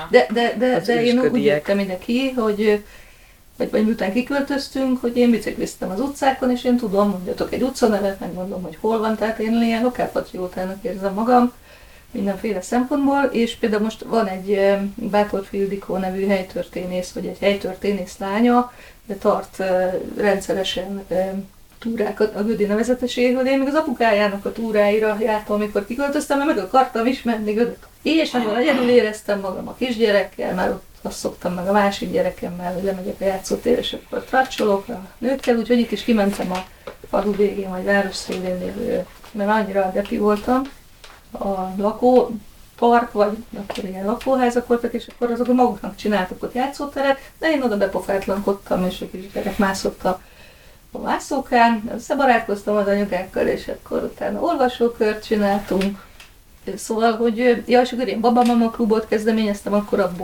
De én úgy üsködiek. jöttem ide ki, hogy vagy miután kiköltöztünk, hogy én bicikliztem az utcákon, és én tudom, mondjatok egy utcanevet, megmondom, hogy hol van, tehát én ilyen lokálpatriótának érzem magam mindenféle szempontból, és például most van egy Bátorfi Ildikó nevű helytörténész, vagy egy helytörténész lánya, de tart rendszeresen túrákat a Gödi nevezeteséről. Én még az apukájának a túráira jártam, amikor kiköltöztem, mert meg akartam ismerni Gödöt. És nagyon egyedül éreztem magam a kisgyerekkel, már ott azt szoktam meg a másik gyerekemmel, hogy lemegyek a játszótérre, és akkor tracsolok a nőkkel, úgyhogy itt is kimentem a falu végén, vagy város szélén lévő, mert annyira depi voltam. A lakópark, vagy akkor ilyen lakóházak voltak, és akkor azok maguknak csináltak ott játszóteret, de én oda bepofátlankodtam, és a kisgyerek mászott a mászókán, összebarátkoztam az anyukákkal, és akkor utána olvasókört csináltunk. Szóval, hogy és akkor én babamama klubot kezdeményeztem, akkor abból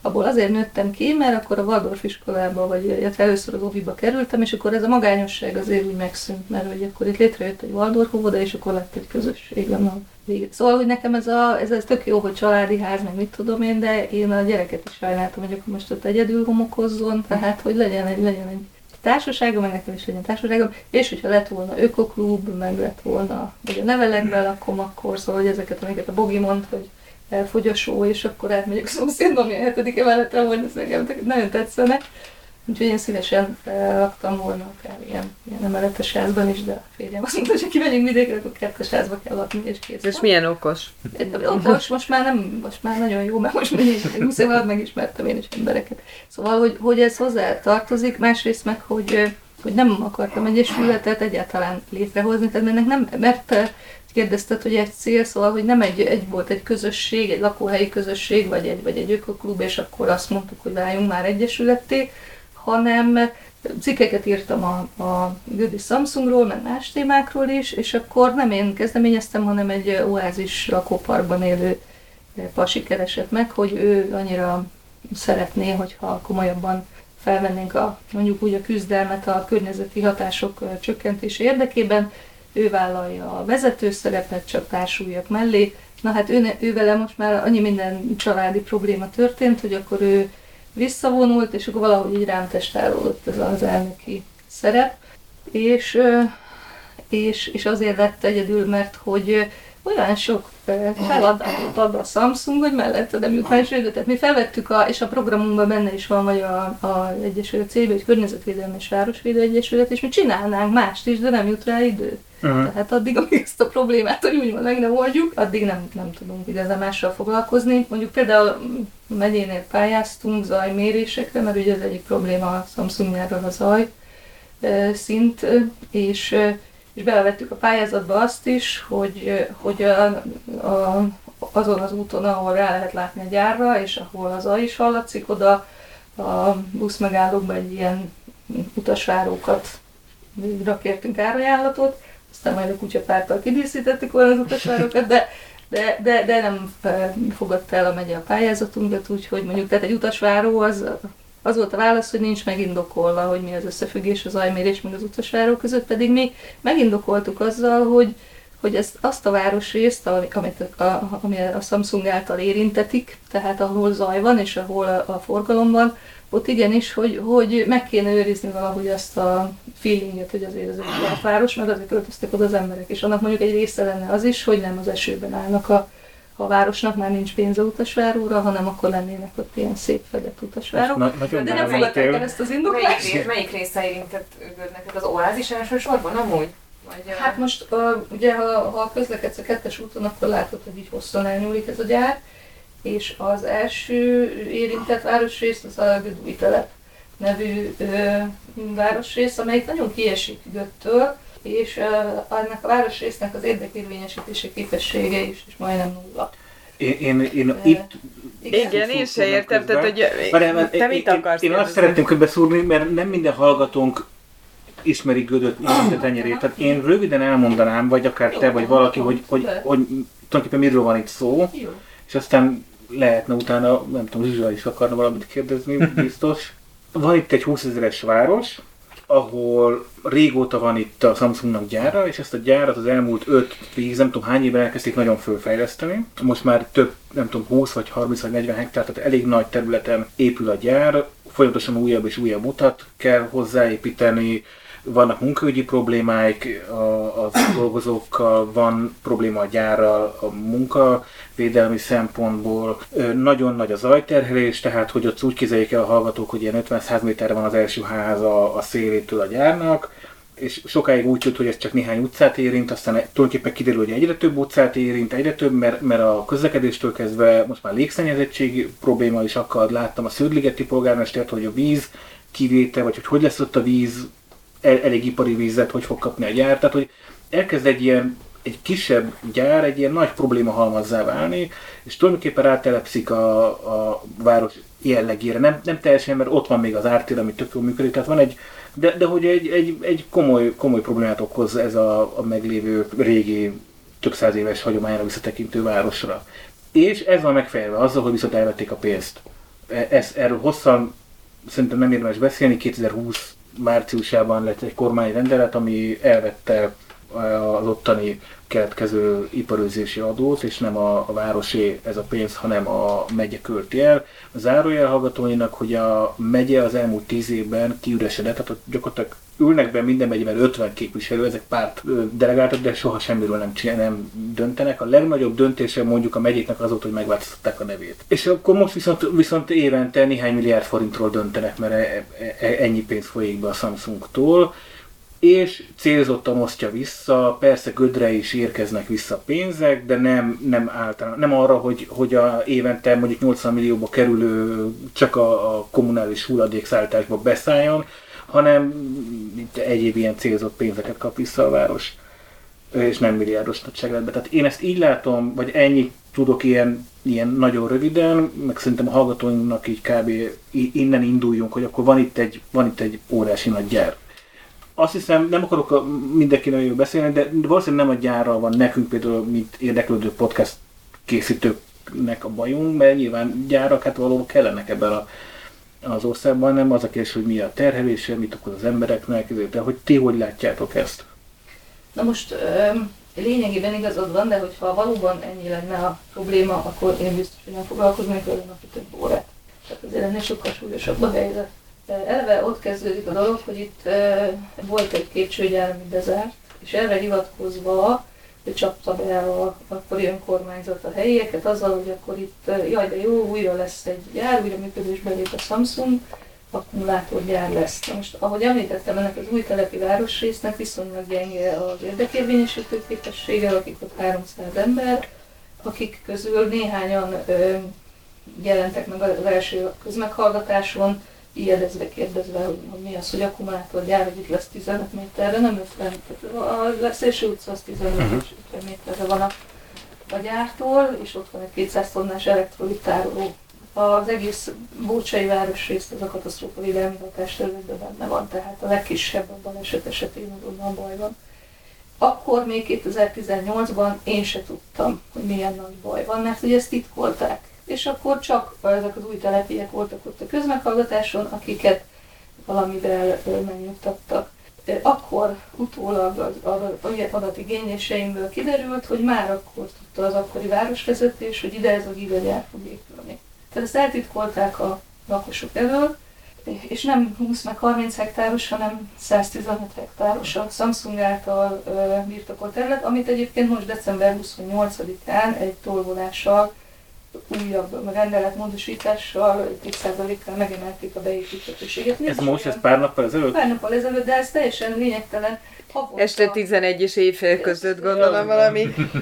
abból azért nőttem ki, mert akkor a Waldorf iskolába, vagy először az óviba kerültem, és akkor ez a magányosság azért úgy megszűnt, mert hogy akkor itt létrejött egy Waldorf óvoda, és akkor lett egy közösség a végét. Szóval, hogy nekem ez tök jó, hogy családi ház, meg mit tudom én, de én a gyereket is sajnáltam, hogy akkor most ott egyedül homokozzon, tehát hogy legyen egy társaságom, meg nekem is legyen társaságom, és hogyha lett volna ökoklub, meg lett volna, vagy a nevelekben lakom, akkor szóval, hogy ezeket, amiket a Bogi mond, hogy elfogyasó, és akkor átmegyek szomszédba, ami a 7. emeletre volt, ez nekem nagyon tetszene. Úgyhogy én szívesen laktam volna akár ilyen emeletes házban is, de a férjem azt mondta, hogy ha kimegyünk vidékre, akkor kertes házba kell lakni, és kész. És milyen okos? Okos, most már nagyon jó, mert most még 20 év alatt megismertem én is embereket. Szóval, hogy ez hozzá tartozik, másrészt meg, hogy nem akartam egyesületet egyáltalán létrehozni, tehát ennek nem, mert kérdezted, hogy egy cél, szóval, hogy nem volt egy közösség, egy lakóhelyi közösség, vagy egy ökoklub, és akkor azt mondtuk, hogy váljunk már egyesületté, hanem cikkeket írtam a Gödi Samsungról, meg más témákról is, és akkor nem én kezdeményeztem, hanem egy oázis lakóparkban élő pasi keresett meg, hogy ő annyira szeretné, hogyha komolyabban felvennénk mondjuk úgy a küzdelmet a környezeti hatások csökkentése érdekében. Ő vállalja a vezető szerepet, csak társuljak mellé. Na hát ő vele most már annyi minden családi probléma történt, hogy akkor ő visszavonult, és akkor valahogy így rám testálódott ez az elnöki szerep. És azért lett egyedül, mert hogy olyan sok feladatot ad a Samsung, hogy mellette nem jut más idő. Tehát mi felvettük, és a programunkban benne is van, vagy a Egyesület célben, hogy Környezetvédelmi és Városvédő Egyesület, és mi csinálnánk mást is, de nem jut rá idő. Tehát addig, amíg ezt a problémát, hogy úgymond meg nem oldjuk, addig nem tudunk igazán mással foglalkozni. Mondjuk például a megyénél pályáztunk zajmérésekre, mert ugye az egyik probléma a Samsungjáról a zaj szint, és belevettük a pályázatba azt is, hogy azon az úton, ahol rá lehet látni a gyárra, és ahol az zaj is hallatszik, oda a buszmegállókba egy ilyen utasvárókat kértünk árajánlatot, aztán majd a kutyapárttal kidíszítettük volna az utasvárokat, de nem fogadta el a megye a pályázatunkat, úgyhogy mondjuk, tehát egy utasváró az volt a válasz, hogy nincs megindokolva, hogy mi az összefüggés az zajmérés meg az utasváró között, pedig mi megindokoltuk azzal, hogy azt a városrészt, ami a Samsung által érintetik, tehát ahol zaj van és ahol a forgalom van, ott igenis, hogy meg kéne őrizni valahogy azt a feelinget, hogy azért ez egy város, meg azért költöztek oda az emberek, és annak mondjuk egy része lenne az is, hogy nem az esőben állnak a városnak, már nincs pénze utasváróra, hanem akkor lennének ott ilyen szép fedett utasvárok. De nem fogadták el ezt az indoklást. Melyik része érintett neked? Az oázis elsősorban amúgy? Hát most ugye, ha közlekedsz a 2-es úton, akkor látod, hogy így hosszan elnyúlik ez a gyár, és az első érintett városrész az a Gödúj telep nevű városrész, amelyik nagyon kiesik Gödtől, és ennek a városrésznek az érdekérvényesítési képessége is majdnem nulla. Én itt... Igen, én se értem, tehát hogy te mit akarsz? Én azt szeretném közbeszúrni, mert nem minden hallgatónk ismeri Gödöt ennyire. Tehát én röviden elmondanám, vagy akár te, vagy valaki, hogy tulajdonképpen miről van itt szó, és aztán lehetne utána, nem tudom, Zsuzsa is akarna valamit kérdezni, biztos. Van itt egy 20 000-es város, ahol régóta van itt a Samsungnak gyára, és ezt a gyárat az elmúlt 5-10, nem tudom hány évben elkezdték nagyon fölfejleszteni. Most már több, nem tudom, 20 vagy 30 vagy 40 hektár, tehát elég nagy területen épül a gyár, folyamatosan újabb és újabb utat kell hozzáépíteni, vannak munkaügyi problémáik a dolgozókkal, van probléma a gyárral a munkavédelmi szempontból. Nagyon nagy a zajterhelés, tehát hogy ott úgy képzeljék el a hallgatók, hogy ilyen 50-100 méterre van az első ház a szélétől a gyárnak, és sokáig úgy tűnt, hogy ez csak néhány utcát érint, aztán tulajdonképpen kiderül, hogy egyre több utcát érint, egyre több, mert a közlekedéstől kezdve most már légszennyezettség probléma is akad. Láttam a Szőrligeti polgármestert, hogy a víz kivétel, vagy hogy lesz ott a víz, elég ipari vízet, hogy fog kapni a gyár. Tehát, hogy elkezd egy kisebb gyár, egy ilyen nagy probléma halmazzá válni, és tulajdonképpen rátelepszik a város jellegére. Nem teljesen, mert ott van még az ártér, ami tök jól működik. Tehát van de hogy egy komoly problémát okoz ez a meglévő régi, több száz éves hagyományra visszatekintő városra. És ez van megfejlve azzal, hogy viszont elvették a pénzt Erről hosszan szerintem nem érdemes beszélni. 2020 márciusában lett egy kormányrendelet, ami elvette az ottani keletkező iparőzési adót, és nem a városé ez a pénz, hanem a megye költi el. A zárójel hallgatóinak, hogy a megye az elmúlt 10 évben kiüresedett, tehát gyakorlatilag ülnek be minden megyében 50 képviselő, ezek párt delegáltak, de soha semmiről nem döntenek. A legnagyobb döntése mondjuk a megyéknek az volt, hogy megváltoztatták a nevét. És akkor most viszont évente néhány milliárd forintról döntenek, mert ennyi pénz folyik be a Samsungtól, és célzottan osztja vissza, persze Gödre is érkeznek vissza pénzek, de nem arra, hogy a évente mondjuk 80 millióba kerülő csak a kommunális hulladékszállításba beszálljon, hanem egyéb ilyen célzott pénzeket kap vissza a város, és nem milliárdos nagyságrendben. Tehát én ezt így látom, vagy ennyit tudok ilyen nagyon röviden, meg szerintem a hallgatóinknak így kb. Innen induljunk, hogy akkor van itt egy óriási nagy gyár. Azt hiszem, nem akarok mindenkinek jól beszélni, de valószínűleg nem a gyárral van nekünk például, mint érdeklődő podcast készítőknek a bajunk, mert nyilván gyárak hát valahol kellenek ebben az országban, nem az a kérdés, hogy mi a terhelése, mit okoz az embereknek, de hogy ti hogy látjátok ezt? Na most lényegében igazad van, de hogyha valóban ennyi lenne a probléma, akkor én biztos, hogy nem foglalkoznék vele napi több órát. Tehát azért ennél sokkal súlyosabb a helyzet. Eleve ott kezdődik a dolog, hogy itt volt egy képcsőgyár, amit bezárt, és erre hivatkozva csapta be a akkori önkormányzat a helyieket azzal, hogy akkor itt jaj de jó, újra lesz egy gyár, újra működésbe lép a Samsung, akkumulátorgyár lesz. Most, ahogy említettem, ennek az új telepi városrésznek viszonylag gyenge az érdekérvényesítő képessége, akik ott 300 ember, akik közül néhányan jelentek meg az első közmeghallgatáson, ijedezve kérdezve, hogy mi az, hogy akkumulátorgyár, hogy itt lesz 15 méterre, nem 50, a Szélső utca az 15 méterre van a gyártól, és ott van egy 200 tonnás elektrolit tároló. Az egész Bócsai városrészt az a katasztrófavédelmi hatásterületben benne van, tehát a legkisebb a baleset esetén onnan baj van. Akkor még 2018-ban én se tudtam, hogy milyen nagy baj van, mert ugye ezt titkolták. És akkor csak ezek az új telepiek voltak ott a közmeghallgatáson, akiket valamivel megnyugtattak. Akkor utólag az adatigényléseimből kiderült, hogy már akkor tudta az akkori városvezetés, hogy ide ez a gigagyár fog épülni. Tehát ezt eltitkolták a lakosok elől, és nem 20 meg 30 hektáros, hanem 115 hektáros a Samsung által birtokolt terület, amit egyébként most december 28-án egy tolvonással, újabb rendeletmódosítással, 10%-kal megemelték a beépíthetőséget. Ez most, ez pár nappal ezelőtt? Pár nappal ezelőtt, de ez teljesen lényegtelen. Este 11 és éjfél között gondolom valami.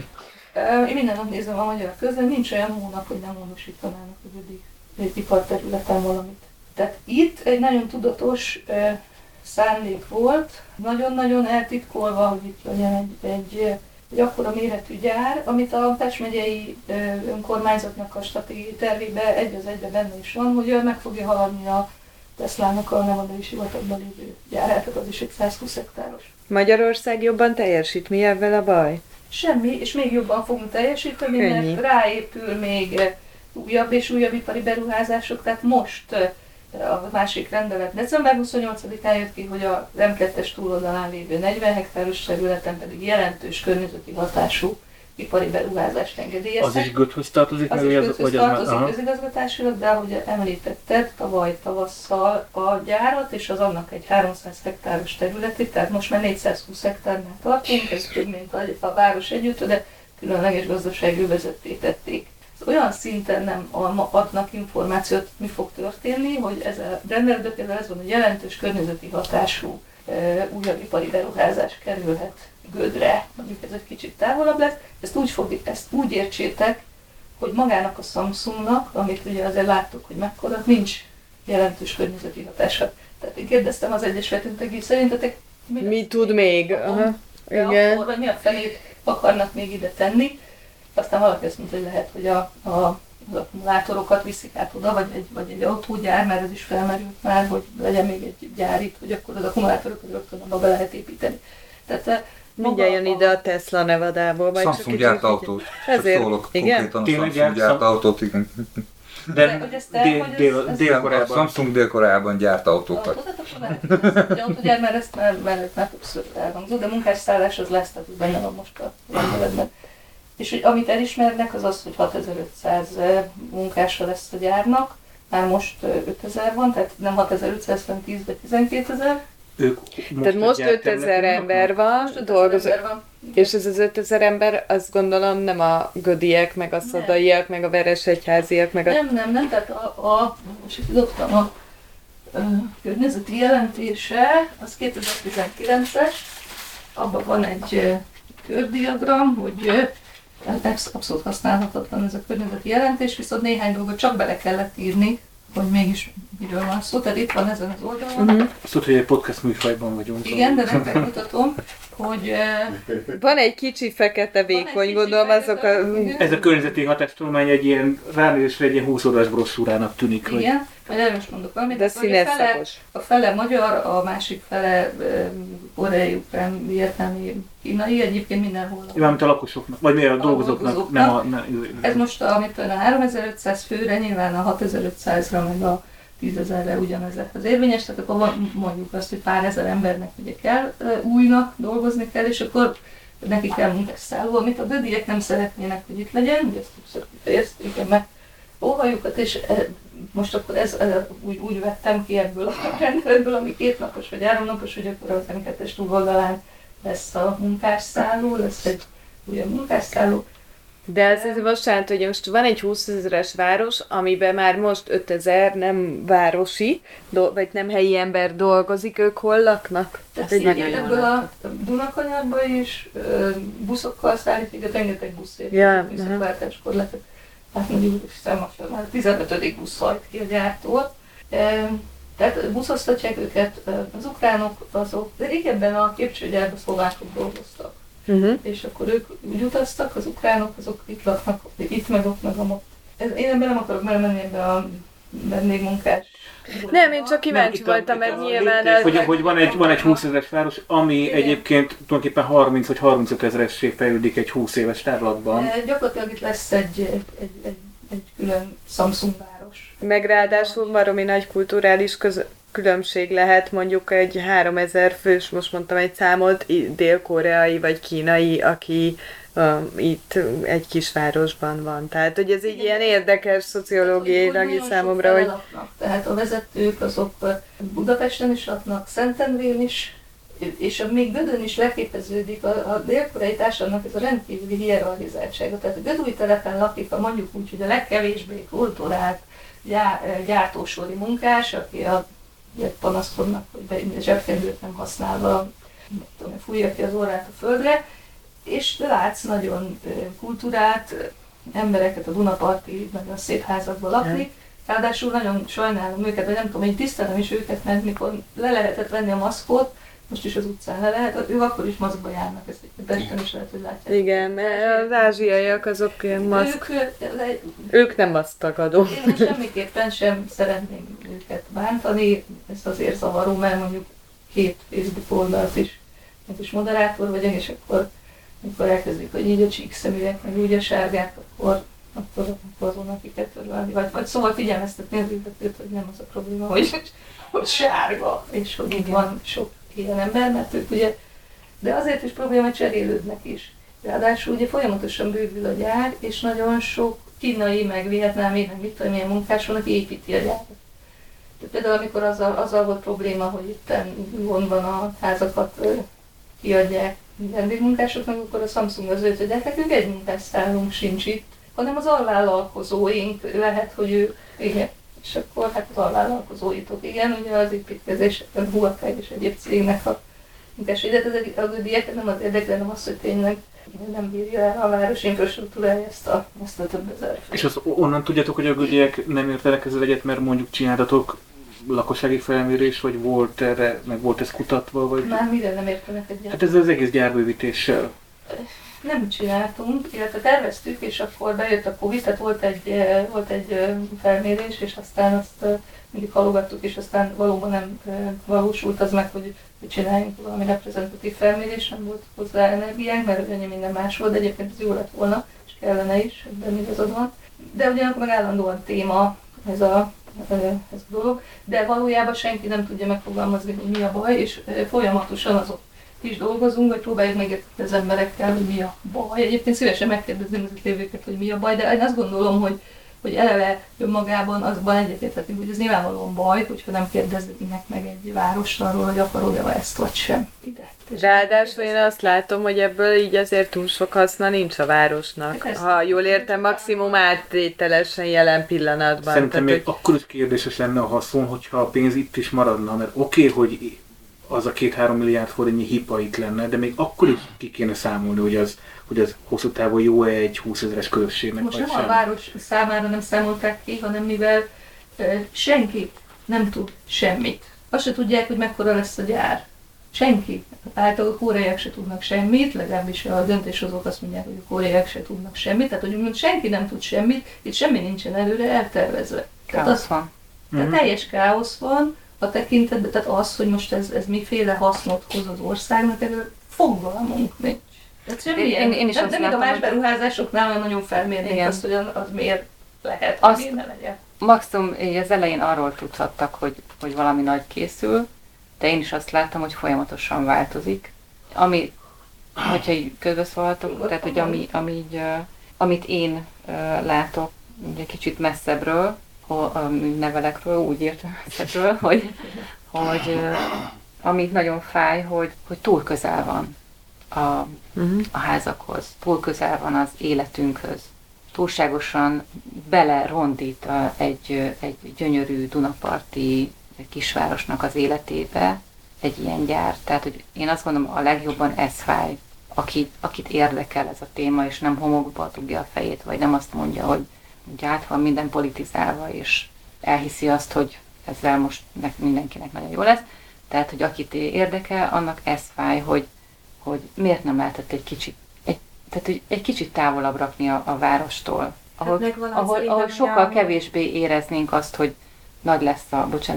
Én minden nap nézem a magyar közben, nincs olyan hónap, hogy nem módosítanának az egy iparterületen valamit. Tehát itt egy nagyon tudatos szándék volt, nagyon-nagyon eltitkolva, hogy itt legyen egy akkora méretű gyár, amit a Pest megyei önkormányzatnak a stratégiai tervében egy az egybe benne is van, hogy meg fogja haladni a Teslának a nevadai sivatagban lévő gyárát, tehát az is egy 120 hektáros. Magyarország jobban teljesít, mi ebben a baj? Semmi, és még jobban fogunk teljesíteni, mert ráépül még újabb és újabb ipari beruházások, tehát most a másik rendelet december 28-án jött ki, hogy az M2-es túloldalán lévő 40 hektáros területen pedig jelentős környezeti hatású ipari beruházást engedélyeztek. Az is GÖT-höz tartozik? Az is GÖT-höz tartozik közigazgatásilag, de ahogy említetted, tavaly tavasszal a gyárat és az annak egy 300 hektáros területét, tehát most már 420 hektárnál tartunk, ez több, mint a város együtt, de különleges gazdasági övezetté tették. Olyan szinten nem adnak információt, mi fog történni, hogy ez a rendeletben például ez van, hogy jelentős környezeti hatású újabb ipari beruházás kerülhet Gödre, mondjuk ez egy kicsit távolabb lesz, ezt úgy értsétek, hogy magának a Samsungnak, amit ugye azért láttuk, hogy mekkora, nincs jelentős környezeti hatása. Tehát én kérdeztem az Egyesületünk, szerintetek mi tud még? Igen. Akkor, vagy mi a felét akarnak még ide tenni. Aztán valaki azt mondta, hogy lehet, hogy az akkumulátorokat viszik át oda, vagy egy autógyár, mert ez is felmerült már, hogy legyen még egy gyár itt, hogy akkor az akkumulátorokat rögtön abba be lehet építeni. Tehát mindjárt jön ide a Tesla Nevadából. Samsung gyárt autót. Ezért, szólok igen? konkrétan a Samsung gyárt autót, igen. De hogy ezt te, hogy ez- Dél-Koreában. Samsung Dél-Koreában gyárt autókat. Egy autógyár, mert ezt már többször elhangzott, de munkásszállás az lesz, tehát benne van most a rendeletben. És hogy amit elismernek, az az, hogy 6500 munkásra lesz a gyárnak, már most 5000 van, tehát nem 6500, hanem 10-be 12 000. Tehát most 5000 ember van, dolgozik. És ez az 5000 ember, azt gondolom nem a gödiek, meg a szadaiak, meg a veresegyháziak, meg a... Nem, tehát most itt dobtam a környezeti jelentése, az 2019-es, abban van egy kördiagram, hogy abszolút használhatatlan ez a környezeti jelentés, viszont néhány dolgot csak bele kellett írni, hogy mégis miről van szó, tehát itt van ezen az oldalon. Azt tudod, hogy egy podcast műfajban vagyunk. Igen, de nektek mutatom, hogy... Van egy kicsi fekete vékony, gondolom azok a... Ez a környezeti hatástudomány egy ilyen ránézésre egy ilyen 20 oldalas brosszúrának tűnik. Igen, majd erről most mondok valamit. De színeszakos. A fele magyar, a másik fele koreai, ukrán, vietnámi, kínai, egyébként mindenhol. Mármint a lakosoknak, vagy miért a dolgozóknak, nem a... Ez most amit a 3500 főre, nyilván a 6500-ra, meg a 10 000-re ugyanez lett az érvényes, tehát akkor mondjuk azt, hogy pár ezer embernek ugye kell újnak dolgozni kell, és akkor neki kell munkásszálló, amit a gödiek nem szeretnének, hogy itt legyen, ugye ezt többször kifejezték, meg óhajukat, és most akkor úgy vettem ki ebből a rendeletből, ami 2 napos vagy 3 napos, hogy akkor az M2-es túloldalán lesz a munkásszálló, lesz egy újabb munkásszálló. De ez most jelent, hogy most van egy 20 000-es város, amiben már most 5000 nem városi, vagy nem helyi ember dolgozik, ők hol laknak? Tehát ebből a Dunakanyarba is buszokkal szállítjuk, rengeteg busz buszokváltáskor lehet átmondjuk, már 15. busz hajt ki a gyártól. Tehát buszoztatják őket az ukránok, azok, de régebben a képcsőgyárban szlovákok dolgoztak. És akkor ők úgy utaztak, az ukránok, azok itt laknak, itt meg ott meg a én ebben nem akarok menni ebbe a vendégmunkás. Nem, én csak kíváncsi voltam, mert nyilván... Hogy van egy 20 000-es város, ami igen. Egyébként tulajdonképpen 30 vagy 35 000-essé fejlődik egy 20 éves távlatban. Gyakorlatilag itt lesz egy külön Samsung város. Meg ráadásul baromi nagy kulturális különbség lehet, mondjuk egy 3000 fős, most mondtam egy számot, dél-koreai vagy kínai, aki itt egy kisvárosban van. Tehát, hogy ez egy ilyen érdekes szociológiailag is számomra, hogy... Tehát a vezetők azok Budapesten is laknak, Szentendrén is, és még Gödön is leképeződik a dél-koreai társadalomnak ez a rendkívüli hierarchizáltsága. Tehát a gödúi telepen lakik, mondjuk úgy, hogy a legkevésbé kulturált gyártósori munkás, aki panaszkodnak, hogy zsebkendőt nem használva, fújja ki az orrát a földre, és látsz nagyon kultúrált embereket a Dunaparti nagyon szép házakban lakni, ráadásul nagyon sajnálom őket, vagy nem tudom, én tisztelem is őket, mert mikor le lehetett venni a maszkot, most is az utcán le lehet, ők akkor is maszkba járnak, ezt Pesten is lehet, hogy látják. Igen, mert az ázsiaiak azok ilyen maszk... Ők nem maszktagadók. Én most semmiképpen sem szeretném őket bántani, ez azért zavaró, mert mondjuk 2 Facebook oldalt is moderátor vagyok, és akkor amikor elkezdik, hogy így a csíkszeműek, meg úgy a sárgák, akkor azon, akiket törölni. Vagy szóval figyelmeztetni az illetőt, hogy nem az a probléma, hogy sárga, és hogy itt van sok ilyen ember, mert ők ugye, de azért is probléma, hogy cserélődnek is. Ráadásul ugye folyamatosan bővül a gyár, és nagyon sok kínai, meg vietnámi, meg mit tudom, milyen munkás van, aki építi a gyárat. Tehát például amikor azzal volt probléma, hogy itt gondban a házakat kiadják vendégmunkásoknak, akkor a Samsung az őt, hogy nekünk egy munkásszállunk sincs itt, hanem az alvállalkozóink lehet, hogy ő, igen, és akkor hát az alvállalkozóitok, igen, ugye az építkezéseken, Huawei és egyéb cégnek a munkásai, de ez a diéket nem az érdekli, hanem az, hogy tényleg nem bírja el a város infrastruktúrája ezt a több ezer. És azt onnan tudjátok, hogy a gödiek nem értenek ezzel egyet, mert mondjuk csináltatok lakossági felmérés, vagy volt erre, meg volt ez kutatva, vagy... Már mire nem értenek egyet? Hát ez az egész gyárbővítéssel. Nem csináltunk, illetve terveztük, és akkor bejött a Covid, tehát volt egy felmérés, és aztán azt mindig halogattuk, és aztán valóban nem valósult az meg, hogy csináljunk valami reprezentatív felmérés, nem volt hozzá energiánk, mert annyi minden más volt, de egyébként ez jó lett volna, és kellene is, ebben igazad van. de ugyanakkor meg állandóan téma ez a dolog, de valójában senki nem tudja megfogalmazni, hogy mi a baj, és folyamatosan azok is dolgozunk, vagy próbáljuk megérteni az emberekkel, hogy mi a baj. Egyébként szívesen megkérdezném az itt lévőket, hogy mi a baj, de én azt gondolom, hogy eleve önmagában azban egyetérthetünk, hogy ez nyilvánvalóan baj, hogyha nem kérdeznek meg egy várost arról, hogy akarod-e ezt vagy sem. Ráadásul én azt látom, hogy ebből így azért túl sok haszna nincs a városnak. Ha jól értem, maximum áttételesen jelen pillanatban. Szerintem tehát, még akkor is kérdéses lenne a haszon, hogyha a pénz itt is maradna, mert oké, hogy az a 2-3 milliárd forintnyi hipa itt lenne, de még akkor is ki kéne számolni, hogy az hosszú távon jó-e egy 20 000-es közösségnek. Most vagy nem sem. A város számára nem számolták ki, hanem mivel senki nem tud semmit. Azt se tudják, hogy mekkora lesz a gyár. Senki. Általában a koreaiak se tudnak semmit, legalábbis a döntéshozók azt mondják, hogy a koreaiak se tudnak semmit, tehát hogy úgymond senki nem tud semmit, itt semmi nincsen előre eltervezve. Káosz van. Tehát teljes káosz van a tekintetben, tehát az, hogy most ez miféle hasznot hoz az országnak, erről fogalmunk nincs. Tehát Én is nem, azt de még a látom, más hogy- beruházásoknál olyan nagyon felmérnék Igen. azt, hogy az miért lehet, Azt- miért ne legyen. Maximum így az elején arról tudhattak, hogy valami nagy készül, de én is azt láttam, hogy folyamatosan változik. Ami, hogyha így közbeszólhatok, tehát hogy amit én látok egy kicsit messzebbről, a nevelekről, úgy értem messzebbről, hogy amit nagyon fáj, hogy túl közel van a házakhoz, túl közel van az életünkhöz. Túlságosan belerondít egy gyönyörű dunaparti kisvárosnak az életébe egy ilyen gyár. Tehát, hogy én azt gondolom, a legjobban ez fáj, akit érdekel ez a téma, és nem homokba dugja a fejét, vagy nem azt mondja, hogy át van minden politizálva, és elhiszi azt, hogy ezzel most mindenkinek nagyon jó lesz. Tehát, hogy akit érdekel, annak ez fáj, hogy miért nem lehetett egy kicsit távolabb rakni a várostól, ahol sokkal kevésbé éreznénk azt, hogy nagy lesz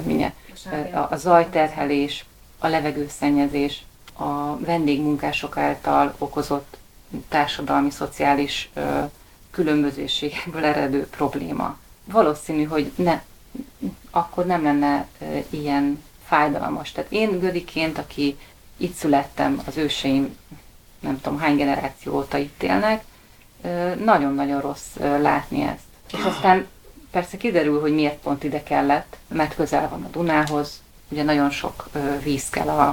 a zajterhelés, a levegőszennyezés, a vendégmunkások által okozott társadalmi, szociális különbözőségekből eredő probléma. Valószínű, hogy akkor nem lenne ilyen fájdalmas. Tehát én Gödiként, aki itt születtem, az őseim nem tudom hány generáció óta itt élnek, nagyon-nagyon rossz látni ezt. És aztán persze kiderül, hogy miért pont ide kellett, mert közel van a Dunához, ugye nagyon sok víz kell az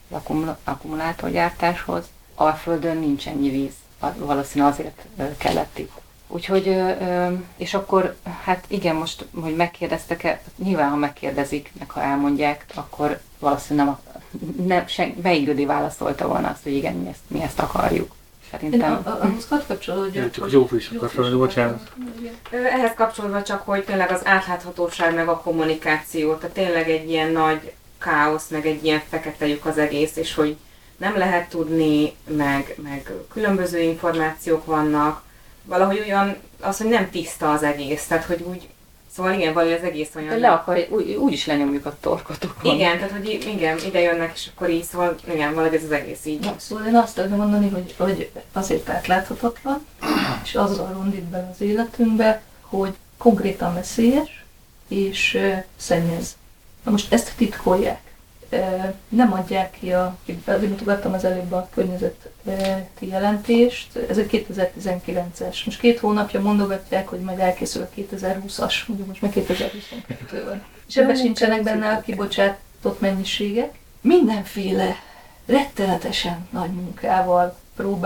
akkumulátorgyártáshoz, Alföldön nincs ennyi víz, valószínűleg azért kellett itt. Úgyhogy, és akkor, hát igen, most, hogy megkérdeztek-e, nyilván, ha megkérdezik, meg ha elmondják, akkor valószínűleg melyik Gödi válaszolta volna azt, hogy igen, mi ezt akarjuk. Szerintem. Ahhoz hadd kapcsolódjak. Csak Zsófi is akar felvenni, bocsánat. Ehhez kapcsolva csak, hogy tényleg az átláthatóság meg a kommunikáció, tehát tényleg egy ilyen nagy káosz, meg egy ilyen fekete lyuk az egész, és hogy nem lehet tudni, meg különböző információk vannak, valahogy olyan, az, hogy nem tiszta az egész, tehát hogy úgy, szóval igen, valahogy az egész olyan... Úgy is lenyomjuk a torkotokon. Igen, tehát hogy igen, ide jönnek, és akkor így, szóval igen, valahogy ez az egész így. Na, szóval én azt tudom mondani, hogy azért átláthatatlan, és azzal rondít be az életünkbe, hogy konkrétan veszélyes, és szennyez. Na most ezt titkolják. Nem adják ki azért mutogattam az előbb a környezeti jelentést, ez egy 2019-es. Most 2 hónapja mondogatják, hogy majd elkészül a 2020-as, mondjuk most meg 2022 van. És ebben sincsenek benne a kibocsátott mennyiségek. Mindenféle rettenetesen nagy munkával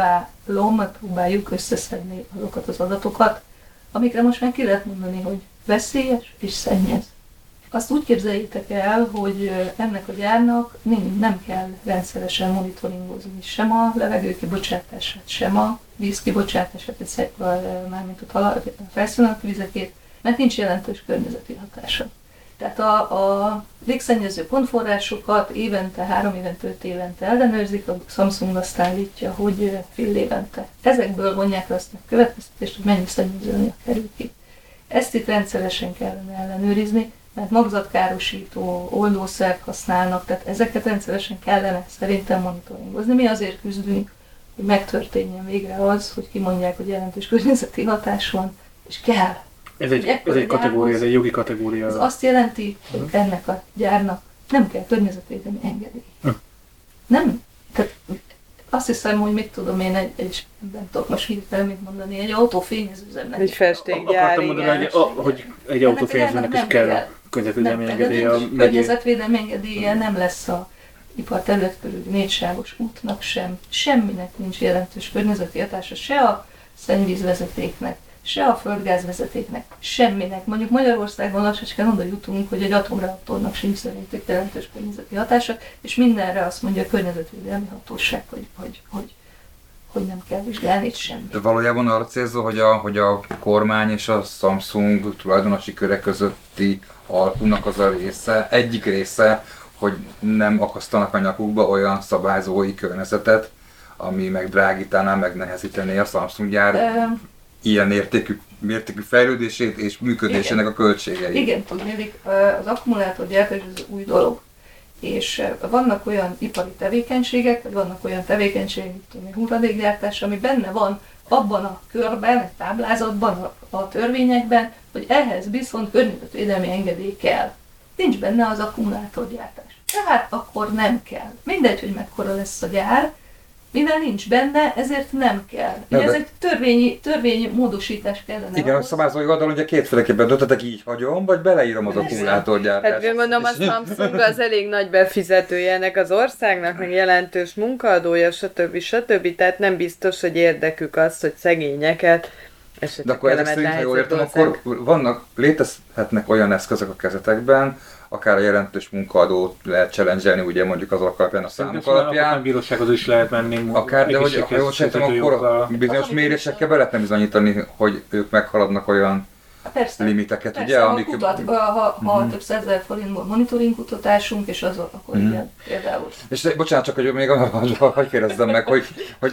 próbáljuk összeszedni azokat az adatokat, amikre most már ki lehet mondani, hogy veszélyes és szennyez. Azt úgy képzeljétek el, hogy ennek a gyárnak nem kell rendszeresen monitoringozni sem a levegő kibocsátását, sem a víz kibocsátását, mármint a felszínen vizekét, mert nincs jelentős környezeti hatása. Tehát a légszennyező pontforrásokat évente, 3 évente, 5 évente ellenőrzik, a Samsung azt állítja, hogy fél évente. Ezekből vonják le azt a következtetést, hogy mennyi szennyezőanyag kerül ki. Ezt itt rendszeresen kellene ellenőrizni, mert magzatkárosító oldószert használnak, tehát ezeket rendszeresen kellene szerintem monitoringozni. Mi azért küzdünk, hogy megtörténjen végre az, hogy kimondják, hogy jelentős környezeti hatás van, és kell Ez egy kategória, ez egy jogi kategória. Ez azt jelenti, hogy ennek a gyárnak nem kell környezetvédelmi engedély. Nem, tehát azt hiszem, hogy mit tudom én, nem tudok most hirtelen mit mondani, egy autófényezőzemnek. Egy festékgyár, akartam mondani, hogy egy autófényezőnek is kell környezetvédelmi engedélye. Környezetvédelmi engedélye nem lesz a iparterület körül 4 sávos útnak sem. Semminek nincs jelentős környezeti hatása, se a szennyvízvezetéknek, se a földgázvezetéknek, semminek. Mondjuk Magyarországon lassacskán oda jutunk, hogy egy atomreaktornak sincs szerintük jelentős környezeti hatása, és mindenre azt mondja a környezetvédelmi hatóság, hogy nem kell vizsgálni semmit. De valójában arra célzol, hogy a kormány és a Samsung tulajdonosi köre közötti alkunak az a része, egyik része, hogy nem akasztanak a nyakukba olyan szabályzói környezetet, ami megdrágítaná, megnehezítené a Samsung gyár ilyen mértékű fejlődését és működésének a költségeit. Igen, tudnélik, az akkumulátorgyártás az új dolog. És vannak olyan ipari tevékenységek, vagy vannak olyan tevékenységek, mint hulladékgyártás, ami benne van abban a körben, egy táblázatban, a törvényekben, hogy ehhez viszont környezetvédelmi engedély kell. Nincs benne az akkumulátorgyártás. Tehát akkor nem kell. Mindegy, hogy mekkora lesz a gyár, mivel nincs benne, ezért nem kell. Nem, ez egy törvényi módosítás kellene. Igen, a szabályozói oldalon ugye kétféleképpen döntetek, így hagyom, vagy beleírom az akkumulátorgyártást. Hát mondom, a Samsung az elég nagy befizetője ennek az országnak, meg jelentős munkaadója, stb. Tehát nem biztos, hogy érdekük az, hogy szegényeket de akkor ezek szerint, ha jól értem, akkor létezhetnek olyan eszközök a kezetekben, akár a jelentős munkaadót lehet challenge-elni, ugye mondjuk az alapján, a számok alapján. A bírósághoz is lehet menni. Akár, de hogy ha jól sejtem, akkor bizonyos mérésekkel be lehetne bizonyítani, hogy ők meghaladnak olyan limiteket, persze, ugye? Amik... Ha több 100 000 forintból monitoring kutatásunk, és az akkor igen, például. És bocsánat, csak hogy még hogy kérdezzem meg, hogy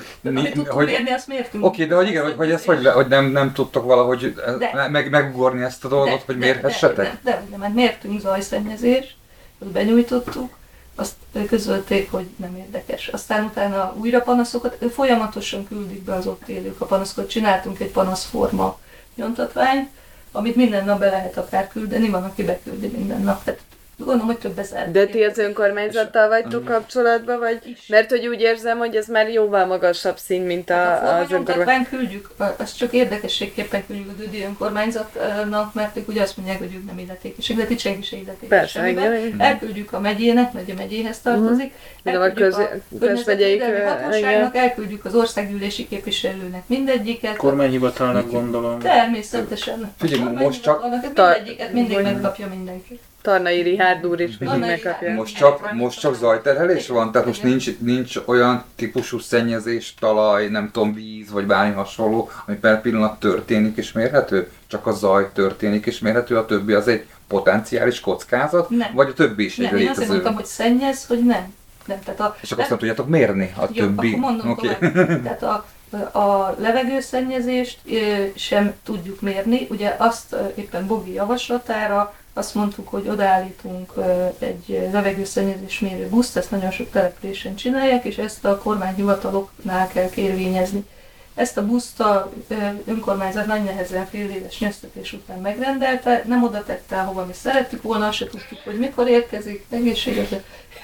mérni, azt mértünk. Oké, de hogy igen, hogy ezt hogy nem tudtok valahogy megugorni ezt a dolgot, hogy mérhessetek? De mert mértünk zajszennyezést, azt benyújtottuk, azt közölték, hogy nem érdekes. Aztán utána újra panaszokat, folyamatosan küldik be az ott élők a panaszokat. Csináltunk egy panaszforma nyomtatványt, amit minden nap be lehet akár küldeni, van, aki beküldi minden nap. Tehát gondolom, hogy több ezer. De ti az önkormányzattal vagytok kapcsolatban, vagy? Mert hogy úgy érzem, hogy ez már jóval magasabb szint, mint az önkormányzat. Küldjük, azt csak érdekességképpen küldjük az Ödi önkormányzatnak, mert ők ugye azt mondják, hogy ők nem illetékesek, de itt senki se illetékes semmiben. Elküldjük a megyének, mert a megyéhez tartozik, elküldjük a közmegyei hatóságnak, elküldjük az országgyűlési képviselőnek mindegyiket. Kormányhivatalnak gondolom. Természetesen. Figyelj, most csak... Mindegyiket mindig megkapja mindenki. Tarnai Rihárd úr is mindig megkapja. Most csak zajterhelés van? Tehát most nincs olyan típusú szennyezés, talaj, nem tudom, víz, vagy bármi hasonló, ami per pillanat történik és mérhető? Csak a zaj történik és mérhető, a többi az egy potenciális kockázat? Nem. Vagy a többi is egy létező? Nem, én azt mondtam, hogy szennyez, hogy nem. És akkor azt nem tudjátok mérni a többi? Akkor mondom tehát a levegőszennyezést sem tudjuk mérni. Ugye azt éppen Bogi javaslatára azt mondtuk, hogy odaállítunk egy levegőszennyezés mérő buszt, ezt nagyon sok településen csinálják, és ezt a kormányhivataloknál kell kérvényezni. Ezt a buszt a önkormányzat nagy nehezen fél éves nyöztetés után megrendelte, nem oda tette, ahova mi szerettük volna, azt se tudtuk, hogy mikor érkezik, egészséget.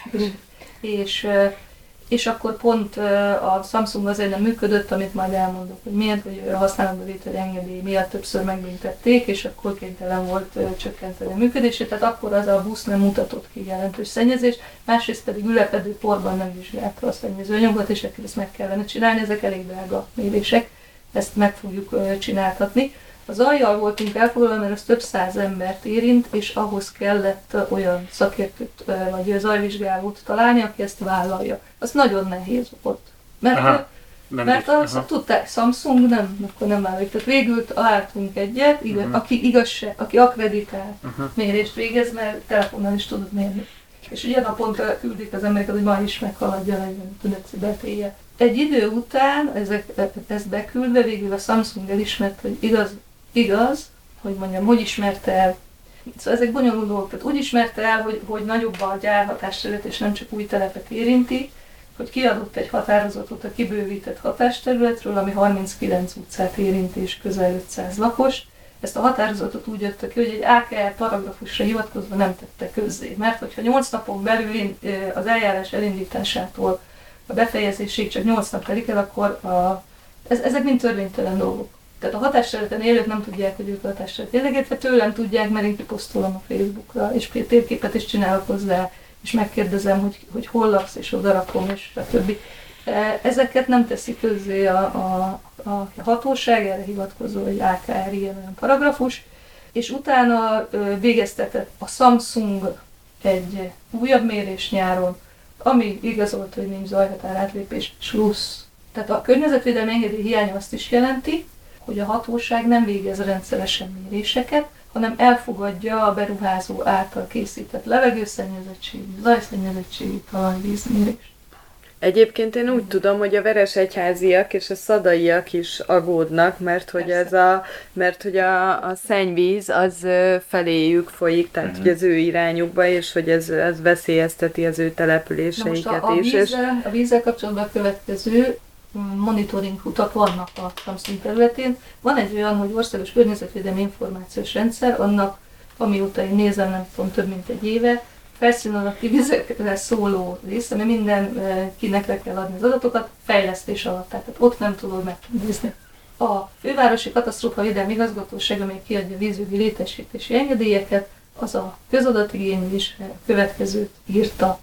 És akkor pont a Samsung azért nem működött, amit majd elmondok, hogy miért, hogy a használatba vételi engedély miatt többször megbüntették, és akkor kénytelen volt csökkenteni a működését, tehát akkor az a busz nem mutatott ki jelentős szennyezést, másrészt pedig ülepedő porban nem vizsgálta a szennyezőanyagot, és akkor ezt meg kellene csinálni, ezek elég drága mérések, ezt meg fogjuk csináltatni. A zajjal voltunk elfoglalva, mert az több 100 embert érint, és ahhoz kellett olyan szakértőt vagy zajvizsgálót találni, aki ezt vállalja. Az nagyon nehéz volt. Mert azt tudták, Samsung akkor nem vállaljuk. Tehát végül találtunk egyet, aki akkreditált mérést végez, mert telefonnal is tudod mérni. És ugye naponta küldik az embereket, hogy ma is meghaladja 45 decibelt éjjel. Egy idő után ezt beküldve végül a Samsung elismert, hogy igaz, hogy mondjam, hogy ismerte el. Szóval ezek bonyolult dolgok, tehát úgy ismerte el, hogy nagyobb a gyárhatásterület, és nem csak új telepet érinti, hogy kiadott egy határozatot a kibővített hatásterületről, ami 39 utcát érint és közel 500 lakos. ezt a határozatot úgy jöttek ki, hogy egy AKR paragrafusra hivatkozva nem tette közzé. Mert hogyha 8 napon belül az eljárás elindításától a befejezésig csak 8 nap telik el, akkor ezek mind törvénytelen dolgok. Tehát a hatásterületen élők nem tudják, hogy ők a hatásterület élnek, tőlem tudják, mert én kiposztolom a Facebookra, és térképet is csinálok hozzá, és megkérdezem, hogy hol laksz, és oda rakom, és stb. Ezeket nem teszi közzé a hatóság, erre hivatkozó egy AKR ilyen paragrafus, és utána végeztetett a Samsung egy újabb mérés nyáron, ami igazolta, hogy nincs zajhatárátlépés, slusz. Tehát a környezetvédelmi engedély hiánya azt is jelenti, hogy a hatóság nem végez rendszeresen méréseket, hanem elfogadja a beruházó által készített levegőszennyezettségi, zajszennyezettségi, talajvízmérést. Egyébként én úgy tudom, hogy a veresegyháziak és a szadaiak is aggódnak, mert hogy a szennyvíz az feléjük folyik, tehát hogy az ő irányukba, és hogy ez veszélyezteti az ő településeiket is. A vízzel kapcsolatban a következő monitoring utak vannak a Samsung területén. Van egy olyan, hogy országos környezetvédelmi információs rendszer, annak, amióta én nézem, nem tudom, több mint egy éve, felszín alatti vizekre szóló része, mert mindenkinek le kell adni az adatokat, fejlesztés alatt, tehát ott nem tudod megnézni. A Fővárosi Katasztrófavédelmi Igazgatóság, amely kiadja vízügyi létesítési engedélyeket, az a közadatigénylésre következőt írta.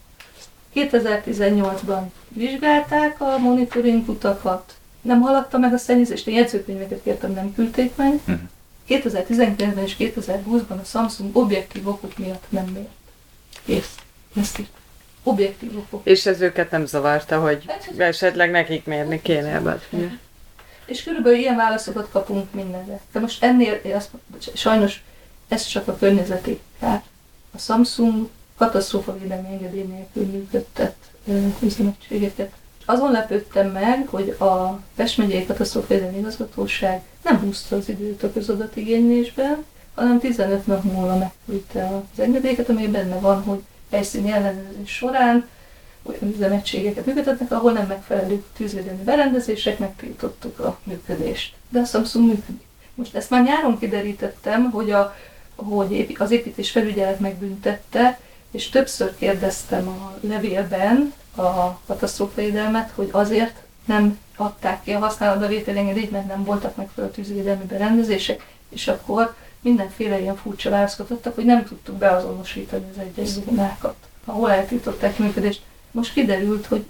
2018-ban vizsgálták a monitoring utakat, nem haladta meg a szennyezést, én jegyzőkönyveket kértem, nem küldték meg. 2019-ben és 2020-ban a Samsung objektív okok miatt nem mért. Kész. Ezt írt. Objektív okok. És ez őket nem zavarta, hogy esetleg nekik mérni kéne ebben. És körülbelül ilyen válaszokat kapunk mindenre. De most ennél, sajnos ez csak a környezeti kár. A Samsung katasztrófavédelmi engedély nélkül működtet üzemegységeket. Azon lepődtem meg, hogy a Pest megyei Katasztrófavédelmi Igazgatóság nem húzta az időt a közadatigénylésben, hanem 15 nap múlva megküldte az engedélyeket, ami benne van, hogy helyszíni ellenőrzés során olyan üzemegységeket működtetnek, ahol nem megfelelő tűzvédelmi berendezések, megtiltottuk a működést. De a Samsung működik. Most ezt már nyáron kiderítettem, hogy az építés felügyelet megbüntette, és többször kérdeztem a levélben a katasztrófavédelmet, hogy azért nem adták ki a használatbevételi engedélyt, mert nem voltak megfelelő tűzvédelmi berendezések, és akkor mindenféle ilyen furcsa válaszokat adtak, hogy nem tudtuk beazonosítani az egyes zónákat, ahol eltiltották működést. Most kiderült, hogy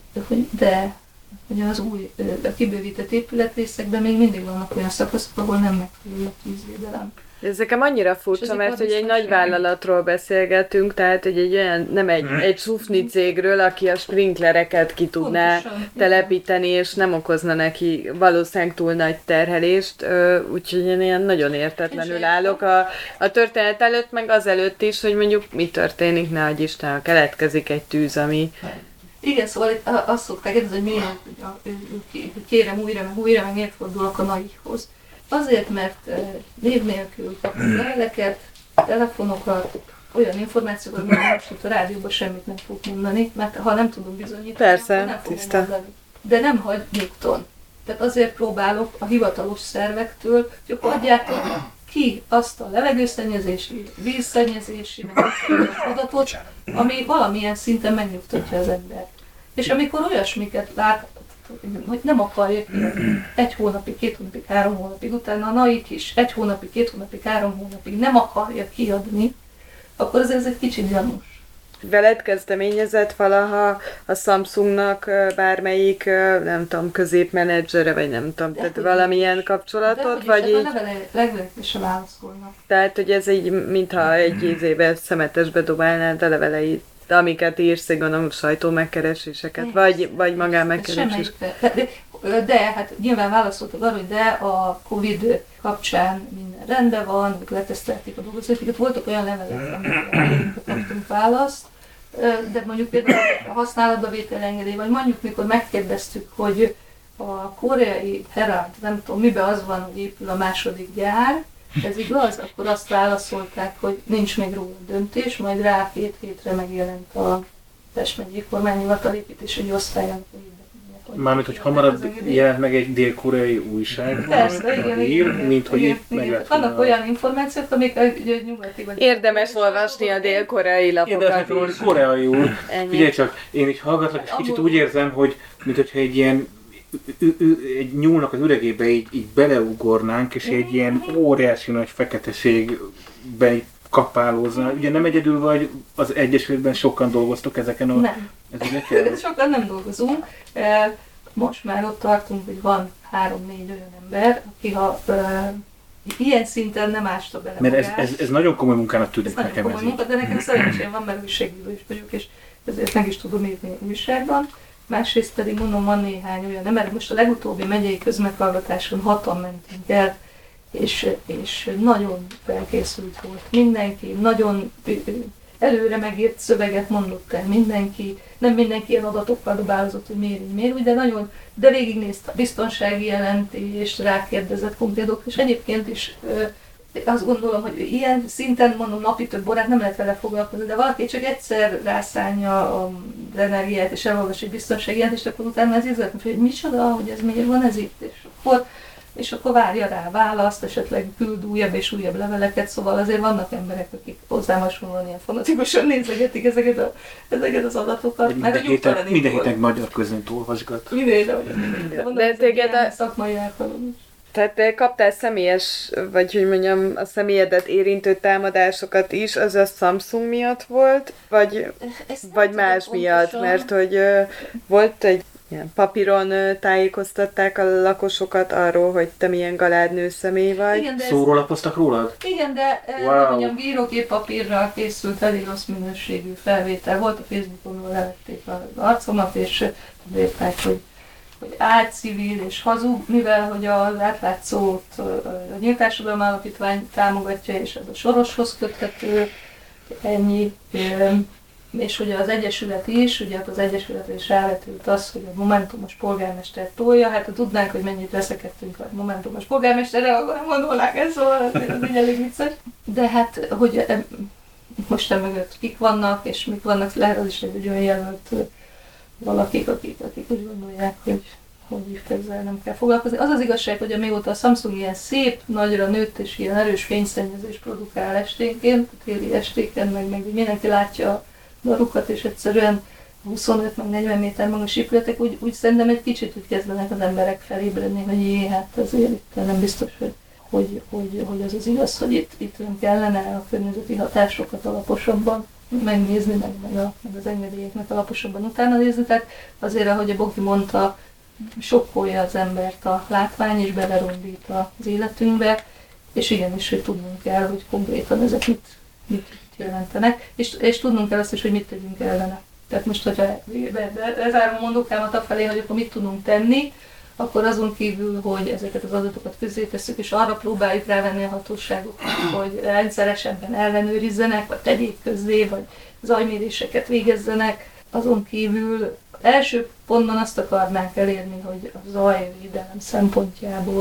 az új, a kibővített épületrészekben még mindig vannak olyan szakaszok, ahol nem megfelelő a tűzvédelem. Ez nekem annyira furcsa, mert hogy egy nagy vállalatról beszélgetünk, tehát hogy egy olyan, nem egy szufni cégről, aki a sprinklereket ki tudná telepíteni, és nem okozna neki valószínűleg túl nagy terhelést, úgyhogy én ilyen nagyon értetlenül állok a történet előtt, meg azelőtt is, hogy mondjuk mi történik, ne adj Isten, ha keletkezik egy tűz, ami... Igen, szóval azt szokták kérdezni, hogy miért kérem újra, meg miért fordulok a NAI-hoz. Azért, mert név nélkül kapnak leveleket, telefonokat, olyan információkat, hogy most a rádióban semmit nem fogok mondani, mert ha nem tudom bizonyítani, persze, akkor nem fogom mondani. De nem hagy nyugton. Tehát azért próbálok a hivatalos szervektől, hogy akkor adjátok ki azt a levegőszennyezési, vízszennyezési adatot, ami valamilyen szinten megnyugtatja az embert. És amikor olyasmiket lát, hogy nem akarja kiadni 1 hónapig, 2 hónapig, 3 hónapig, utána a NAIK is 1 hónapig, 2 hónapig, 3 hónapig nem akarja kiadni, akkor ez egy kicsit gyanús. Veled kezdeményezett valaha a Samsungnak bármelyik, nem tudom, középmenedzsere, vagy nem tudom, tehát valamilyen kapcsolatot, vagy így? De levelek is válaszolnak. Tehát, hogy ez így, mintha egy ízébe szemetesbe dobálnád a leveleit, amiket írsz, gondolom, sajtómegkereséseket, vagy magánmegkereséseket. De hát nyilván válaszoltak arra, hogy de a Covid kapcsán minden rendben van, hogy letesztelték a dolgozókat. Voltak olyan levelek, amiket kaptunk választ, de mondjuk például a használatbevételi engedély, vagy mondjuk mikor megkérdeztük, hogy a koreai Herald, nem tudom, miben az van, hogy épül a második gyár, ez igaz, akkor azt válaszolták, hogy nincs még róla döntés, majd rá 2 hétre megjelent a Pest megyei kormányhivatal építésügyi osztályának, hogy Mármint, hogy hamarabb jelent meg egy dél-koreai újságban, Persze, igen, mint hogy itt meg lett volna. Vannak olyan információk, amik ugye nyugati vagy... Érdemes olvasni a dél-koreai lapokat Érdemes, is. koreaiul. Ennyi. Figyelj csak, én így hallgatlak, és kicsit úgy érzem, hogy mint hogyha egy ilyen egy nyúlnak az üregébe így beleugornánk, és egy ilyen óriási nagy feketeségben így kapálóznál. Ugye nem egyedül vagy, az Egyesületben sokan dolgoztok ezeken a... Nem. Ezeken? Sokan nem dolgozunk. Most már ott tartunk, hogy van 3-4 olyan ember, aki ha ilyen szinten nem ásta bele Mert magát. ez nagyon komoly munkának tűnik Ez nagyon nekem komoly ez munka, de nekem szerencsém van, mert újságíró is vagyok, és ezért meg is tudom írni újságban. Másrészt pedig mondom, van néhány olyan ember, most a legutóbbi megyei közmeghallgatáson 6-an mentünk el, és nagyon felkészült volt mindenki, nagyon előre megírt szöveget mondott el mindenki, nem mindenki ilyen adatokkal dobálózott, hogy miért úgy, de végignézte a biztonsági jelentést, rákérdezett konkrétok, és egyébként is azt gondolom, hogy ilyen szinten, mondom, napi több órát nem lehet vele foglalkozni, de valaki csak egyszer rászánja az energiát, és elolvas egy biztonsági jelentést, akkor utána ez izgatni, hogy micsoda, hogy ez miért van ez itt, és akkor várja rá választ, esetleg küld újabb és újabb leveleket, szóval azért vannak emberek, akik hozzám hasonlóan ilyen fanatikusan nézegetik ezeket az adatokat. Minden héten magyar közönt olvasgat. De téged a szakmai ártalom is. Tehát te kaptál személyes, vagy hogy mondjam, a személyedet érintő támadásokat is, az a Samsung miatt volt, vagy más miatt, mert hogy volt egy ilyen papíron tájékoztatták a lakosokat arról, hogy te milyen galádnő személy vagy. Igen, Szórólapoztak rólad? Igen, de wow. Mondjam, bírógép papírral készült elég rossz minőségű felvétel. Volt a Facebookon, levették az arcomat, és írták, hogy álcivil és hazug, mivel hogy az átlátszót a Nyílt Társadalom Alapítvány támogatja, és ez a Soroshoz köthető, ennyi. És hogy az Egyesület is, ugye az Egyesületre is rávetült az, hogy a Momentumos polgármester tolja, hát ha tudnánk, hogy mennyit veszekedtünk a Momentumos polgármesterre, akkor nem gondolnák ezt, szóval ez így elég vicces. De hát, hogy most mögött kik vannak, és mik vannak, lehet az is egy olyan jelölt valakik, akik úgy gondolják, hogy ezzel nem kell foglalkozni. Az az igazság, hogy amióta a Samsung ilyen szép, nagyra nőtt és ilyen erős fényszennyezés produkál esténként, téli estéken, meg mindenki látja a darukat, és egyszerűen 25 meg 40 méter magas épületek, úgy szerintem egy kicsit úgy kezdenek az emberek felébredni, hogy hát azért itt nem biztos, hogy az igaz, hogy itt nem kellene a környezeti hatásokat alaposabban megnézni, meg az engedélyeknek alaposabban utána nézni. Tehát azért, ahogy a Boki mondta, sokkolja az embert a látvány, és belerondít az életünkbe, és igenis, hogy tudnunk kell, hogy konkrétan ezek mit jelentenek, és tudnunk kell azt is, hogy mit tegyünk ellene. Tehát most, hogyha lezárom a mondókámat afelé, hogy akkor mit tudunk tenni, akkor azon kívül, hogy ezeket az adatokat közzétesszük, és arra próbáljuk rávenni a hatóságokat, hogy rendszeresebben ellenőrizzenek, vagy tegyék közzé, vagy zajméréseket végezzenek. Azon kívül első pontban azt akarnánk elérni, hogy a zajvédelem szempontjából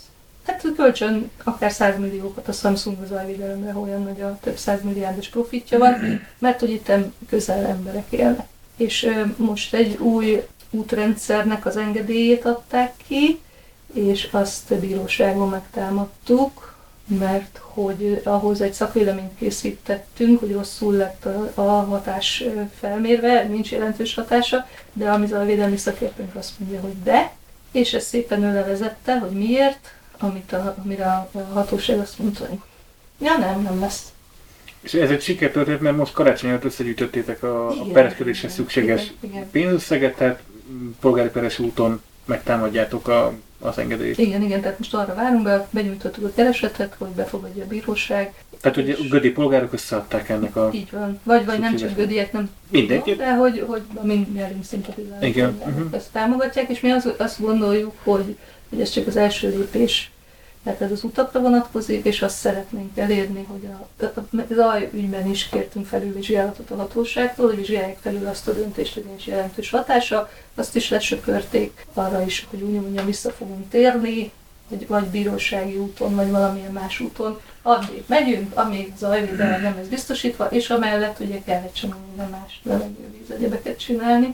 hát kölcsön akár 100 milliókat a Samsung a zajvédelemre, olyan nagy a több 100 milliárdos profitja van, mert hogy itt közel emberek élnek. És most egy új útrendszernek az engedélyét adták ki, és azt bíróságon megtámadtuk, mert hogy ahhoz egy szakvéleményt készítettünk, hogy rosszul lett a hatás felmérve, nincs jelentős hatása, de a zajvédelmi szakértőnk azt mondja, hogy de, és ezt szépen ő levezette, hogy miért, amire a hatóság azt mondta, hogy ja nem lesz. És ez egy sikertörténet, mert most karácsony előtt összegyűjtöttétek a pereskedéshez szükséges pénzösszeget, tehát polgári peres úton megtámadjátok az engedélyt. Igen, tehát most arra várunk, benyújtottuk a keresetet, hogy befogadja a bíróság. Tehát, hogy a gödi polgárok összeadták ennek a... Így van. Vagy nem csak gödiek, nem mindenki. De hogy a mindjárt szimpatizálnak, igen. Ezt támogatják, és mi azt gondoljuk, hogy ez csak az első lépés. Tehát ez az utakra vonatkozik, és azt szeretnénk elérni, hogy az zajügyben is kértünk felülvizsgálatot a hatóságtól, hogy vizsgálják felül azt a döntést, hogy nincs jelentős hatása, azt is lesöpörték arra is, hogy úgy vissza fogunk térni, vagy bírósági úton, vagy valamilyen más úton. Addig megyünk, amíg zajvédelem nem ez biztosítva, és amellett ugye kell egy csomó minden más levegővíz egyebeket csinálni.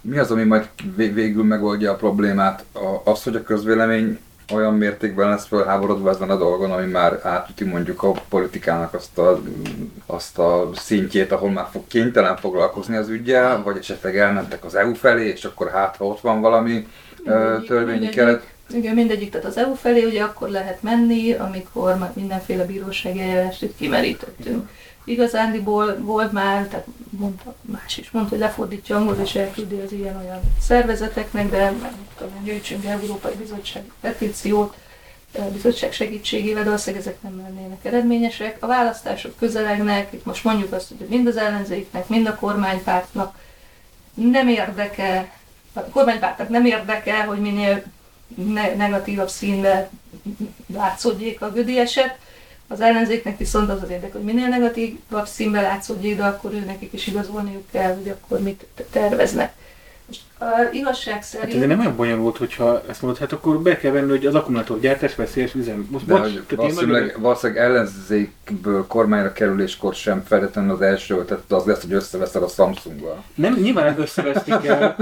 Mi az, ami majd végül megoldja a problémát? Az, hogy a közvélemény olyan mértékben lesz felháborodva ezen a dolgon, ami már átüti mondjuk a politikának azt a szintjét, ahol már kénytelen foglalkozni az üggyel, vagy esetleg elmentek az EU felé, és akkor ha ott van valami törvényi keret. Igen, mindegyik, tehát az EU felé ugye akkor lehet menni, amikor már mindenféle bírósági eljárást itt kimerítettünk. Igazándiból volt már, tehát más is mondta, hogy lefordítja angolul és elküldi az ilyen-olyan szervezeteknek, de nem tudom, gyűjtsünk Európai Bizottság petíciót, bizottság segítségével, de valószínűleg ezek nem lennének eredményesek. A választások közelegnek, itt most mondjuk azt, hogy mind az ellenzéknek, mind a kormánypártnak nem érdekel, a kormánypártnak nem érdekel, hogy minél negatívabb színben látszódjék a Gödi eset. Az ellenzéknek viszont az érdekel, hogy minél negatívabb színben látszódjék, de akkor nekik is igazolniuk kell, hogy akkor mit terveznek. Most igazság szerint... Hát ez nem olyan bonyolult, hogyha ezt mondod, hát akkor be kell venni, hogy az akkumulátorgyártás veszélyes üzem. Most valószínűleg ellenzékből kormányra kerüléskor sem feltétlenül az első ötlet az lesz, hogy összeveszed a Samsunggal. Nem, nyilván nem összeveszni kell,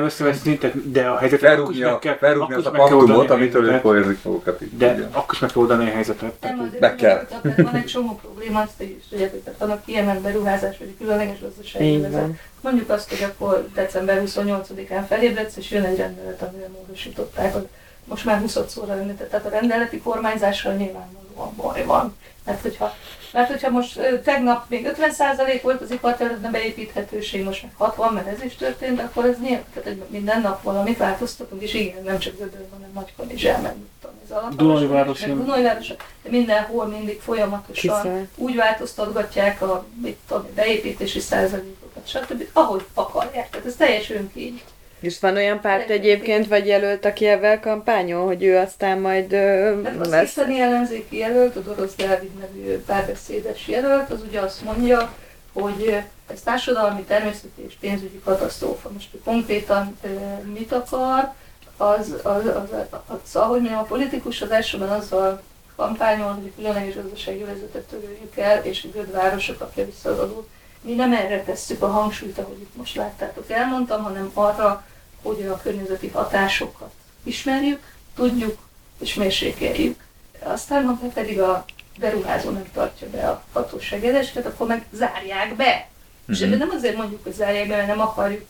de a helyzetet felrúgni azt a paktumot, amitől ők érzik magukat így. De akkor is meg kell oldani a helyzetet. Be kell. Van egy csomó probléma, azt is tudjátok, tehát vannak kiemelt beruházás, vagy különleges gazdasági vezet. Mondjuk azt, hogy akkor december 28-án felébredsz, és jön egy rendelet, amivel módosították. Most már 20-szorra említett, tehát a rendeleti kormányzással nyilvánvalóan baj van. Mert hogyha most tegnap még 50% volt az iparterületen beépíthetőség, most meg 60, mert ez is történt, akkor ez nyilván, tehát minden nap valamit változtatunk, és igen, nem csak Gödön, hanem Nagykanizsán, meg ez alatt. Dunajvároson. De mindenhol mindig folyamatosan úgy változtatgatják a beépítési százalékokat, stb. Ahogy akarják, tehát ez teljes önkényű. És van olyan párt egyébként, vagy jelölt, aki ebben kampányol, hogy ő aztán majd az itteni ellenzéki jelölt, a Dorosz Dávid nevű párbeszédes jelölt, az ugye azt mondja, hogy ez társadalmi, természeti és pénzügyi katasztrófa. Most konkrétan mit akar, az ahogy mondjam, a politikus az elsőben azzal kampányol, hogy a különleges gazdasági vezetet töröljük el, és a Gödvárosa kapja vissza az adót. Mi nem erre tesszük a hangsúlyt, ahogy itt most láttátok, elmondtam, hanem arra, hogy a környezeti hatásokat ismerjük, tudjuk és mérsékeljük. Aztán, ha pedig a beruházó nem tartja be a hatóság edeseket, akkor meg zárják be. És ebben nem azért mondjuk, hogy zárják be, mert nem akarjuk,